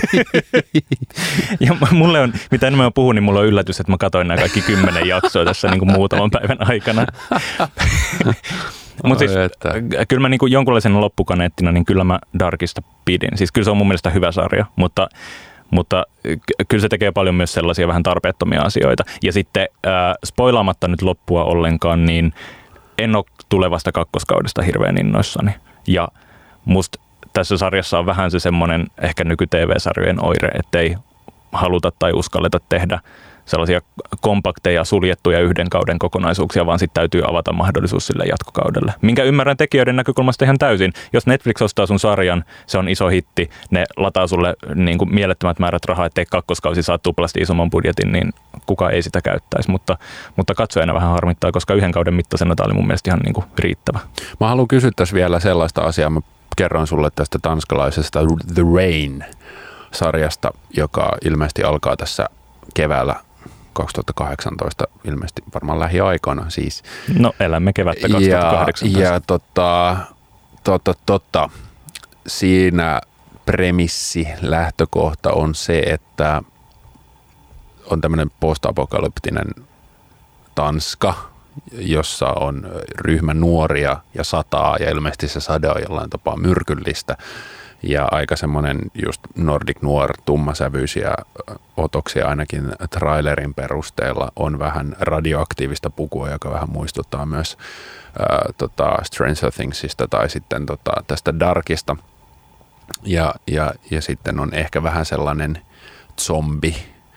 Ja mulle on, mitä enemmän mä puhun, niin mulla on yllätys, että mä katsoin nämä kaikki kymmenen jaksoa tässä niin kuin muutaman päivän aikana. Mutta siis kyllä mä niin kuin jonkunlaisena loppukaneettina, niin kyllä mä Darkista pidin. Siis kyllä se on mun mielestä hyvä sarja, mutta Mutta kyllä se tekee paljon myös sellaisia vähän tarpeettomia asioita. Ja sitten äh, spoilaamatta nyt loppua ollenkaan, niin en ole tulevasta kakkoskaudesta hirveän innoissani. Ja musta tässä sarjassa on vähän se semmoinen ehkä nyky-T V-sarjojen oire, ettei haluta tai uskalleta tehdä sellaisia kompakteja, suljettuja yhden kauden kokonaisuuksia, vaan sitten täytyy avata mahdollisuus sille jatkokaudelle. Minkä ymmärrän tekijöiden näkökulmasta ihan täysin. Jos Netflix ostaa sun sarjan, se on iso hitti, ne lataa sulle niin kuin mielettömät määrät rahaa, ettei kakkoskausi saa tuplasti isomman budjetin, niin kuka ei sitä käyttäisi. Mutta, mutta katsojana vähän harmittaa, koska yhden kauden mittaisena tämä oli mun mielestä ihan niin kuin riittävä. Mä haluan kysyä tässä vielä sellaista asiaa. Mä kerron sulle tästä tanskalaisesta The Rain-sarjasta, joka ilmeisesti alkaa tässä keväällä kaksituhattakahdeksantoista, ilmeisesti varmaan lähiaikoina siis. No elämme kevättä kaksituhattakahdeksantoista. Ja, ja tota, tota, tota, siinä premissi, lähtökohta on se, että on tämmöinen postapokalyptinen Tanska, jossa on ryhmä nuoria ja sataa ja ilmeisesti se sade on jollain tapaa myrkyllistä. Ja aika semmoinen just Nordic Noir tummasävyisiä otoksia ainakin trailerin perusteella on vähän radioaktiivista pukua, joka vähän muistuttaa myös ää, tota Stranger Thingsista tai sitten tota, tästä Darkista. Ja, ja, ja sitten on ehkä vähän sellainen zombi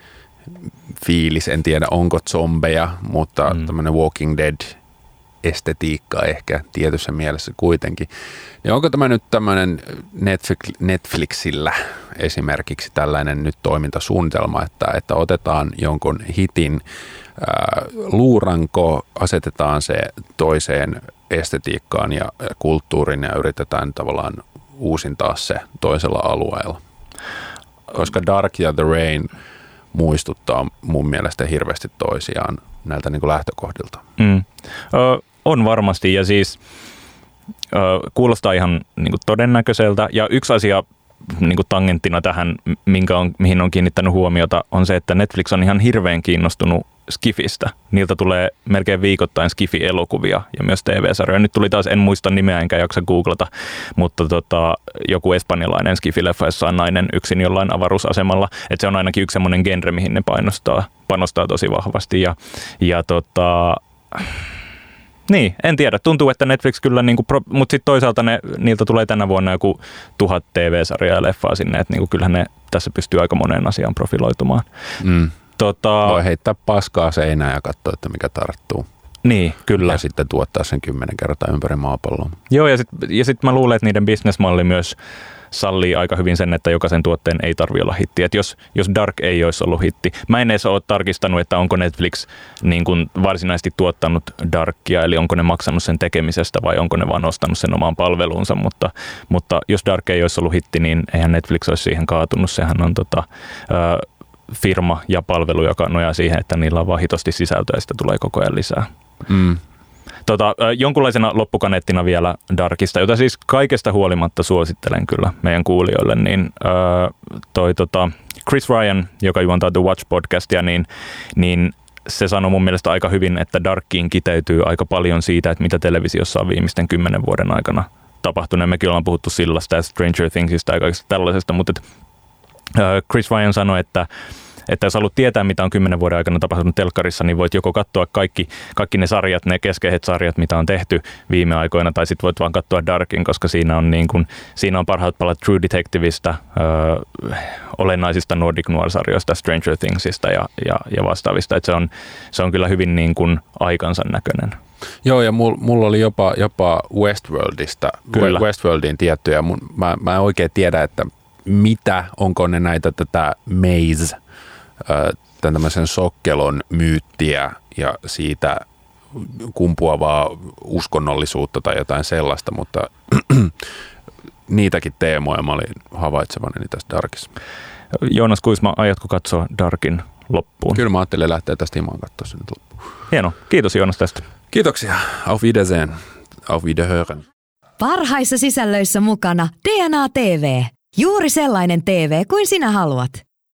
fiilis. En tiedä, onko zombeja, mutta mm. tämmöinen Walking Dead-estetiikka ehkä tietyssä mielessä kuitenkin. Ja onko tämä nyt tämmöinen Netflix, Netflixillä esimerkiksi tällainen nyt toimintasuunnitelma, että, että otetaan jonkun hitin ää, luuranko, asetetaan se toiseen estetiikkaan ja kulttuuriin ja yritetään tavallaan uusintaa se toisella alueella. Koska Dark ja The Rain muistuttaa mun mielestä hirveästi toisiaan näiltä niin kuin lähtökohdilta. Mm. Ö, on varmasti ja siis ö, kuulostaa ihan niin kuin todennäköiseltä ja yksi asia niin kuin tangenttina tähän, minkä on, mihin on kiinnittänyt huomiota, on se, että Netflix on ihan hirveän kiinnostunut Skifistä. Niiltä tulee melkein viikoittain Skifi-elokuvia ja myös T V-sarjoja. Nyt tuli taas, en muista nimeä enkä jaksa googlata, mutta tota, joku espanjalainen Skifi-leffa, jossa on nainen yksin jollain avaruusasemalla. Et se on ainakin yksi semmoinen genre, mihin ne painostaa, panostaa tosi vahvasti. Ja, ja tota... Niin, en tiedä. Tuntuu, että Netflix kyllä, niinku, mutta sitten toisaalta ne, niiltä tulee tänä vuonna joku tuhat T V-sarjaa ja leffaa sinne, että niinku, kyllähän ne tässä pystyy aika moneen asiaan profiloitumaan. Mm. Tota... Voi heittää paskaa seinään ja katsoa, että mikä tarttuu. Niin, kyllä. Ja sitten tuottaa sen kymmenen kertaa ympäri maapalloa. Joo, ja sitten ja sit mä luulen, että niiden bisnesmalli myös sallii aika hyvin sen, että jokaisen tuotteen ei tarvitse olla hitti. Et jos, jos Dark ei olisi ollut hitti, mä en edes ole tarkistanut, että onko Netflix niin kuin varsinaisesti tuottanut Darkia, eli onko ne maksanut sen tekemisestä vai onko ne vaan ostanut sen omaan palveluunsa, mutta, mutta jos Dark ei olisi ollut hitti, niin eihän Netflix olisi siihen kaatunut. Sehän on tota, ö, firma ja palvelu, joka nojaa siihen, että niillä on vaan hitosti sisältöä ja sitä tulee koko ajan lisää. Mm. Tota, jonkunlaisena loppukaneettina vielä Darkista, jota siis kaikesta huolimatta suosittelen kyllä meidän kuulijoille, niin öö, toi tota Chris Ryan, joka juontaa The Watch-podcastia, niin, niin se sanoi mun mielestä aika hyvin, että Darkiin kiteytyy aika paljon siitä, että mitä televisiossa on viimeisten kymmenen vuoden aikana tapahtunut. Mekin ollaan puhuttu Sillasta ja Stranger Thingsista ja kaikesta tällaisesta, mutta et, öö, Chris Ryan sanoi, että Että jos haluat tietää, mitä on kymmenen vuoden aikana tapahtunut telkkarissa, niin voit joko katsoa kaikki, kaikki ne sarjat, ne keskeiset sarjat, mitä on tehty viime aikoina, tai sitten voit vaan katsoa Darkin, koska siinä on, niin kun, siinä on parhaat palat True Detectiveista, öö, olennaisista Nordic Noir-sarjoista, Stranger Thingsista ja, ja, ja vastaavista. Et se, on, se on kyllä hyvin niin kun aikansa näköinen. Joo, ja mulla mul oli jopa, jopa Westworldista, kyllä. Westworldin tiettyjä. Mun, mä, mä en oikein tiedä, että mitä, onko ne näitä tätä Maze, tämän tämmöisen sokkelon myyttiä ja siitä kumpuavaa uskonnollisuutta tai jotain sellaista, mutta niitäkin teemoja mä olin havaitsevani tässä Darkissa. Joonas Kuisma, aiotko katsoa Darkin loppuun? Kyllä mä ajattelin lähteä tästä himaan katsoa sen nyt loppuun. Hieno. Kiitos Joonas tästä. Kiitoksia. Auf Wiedersehen. Auf Wiederhören. Parhaissa sisällöissä mukana D N A T V. Juuri sellainen T V kuin sinä haluat.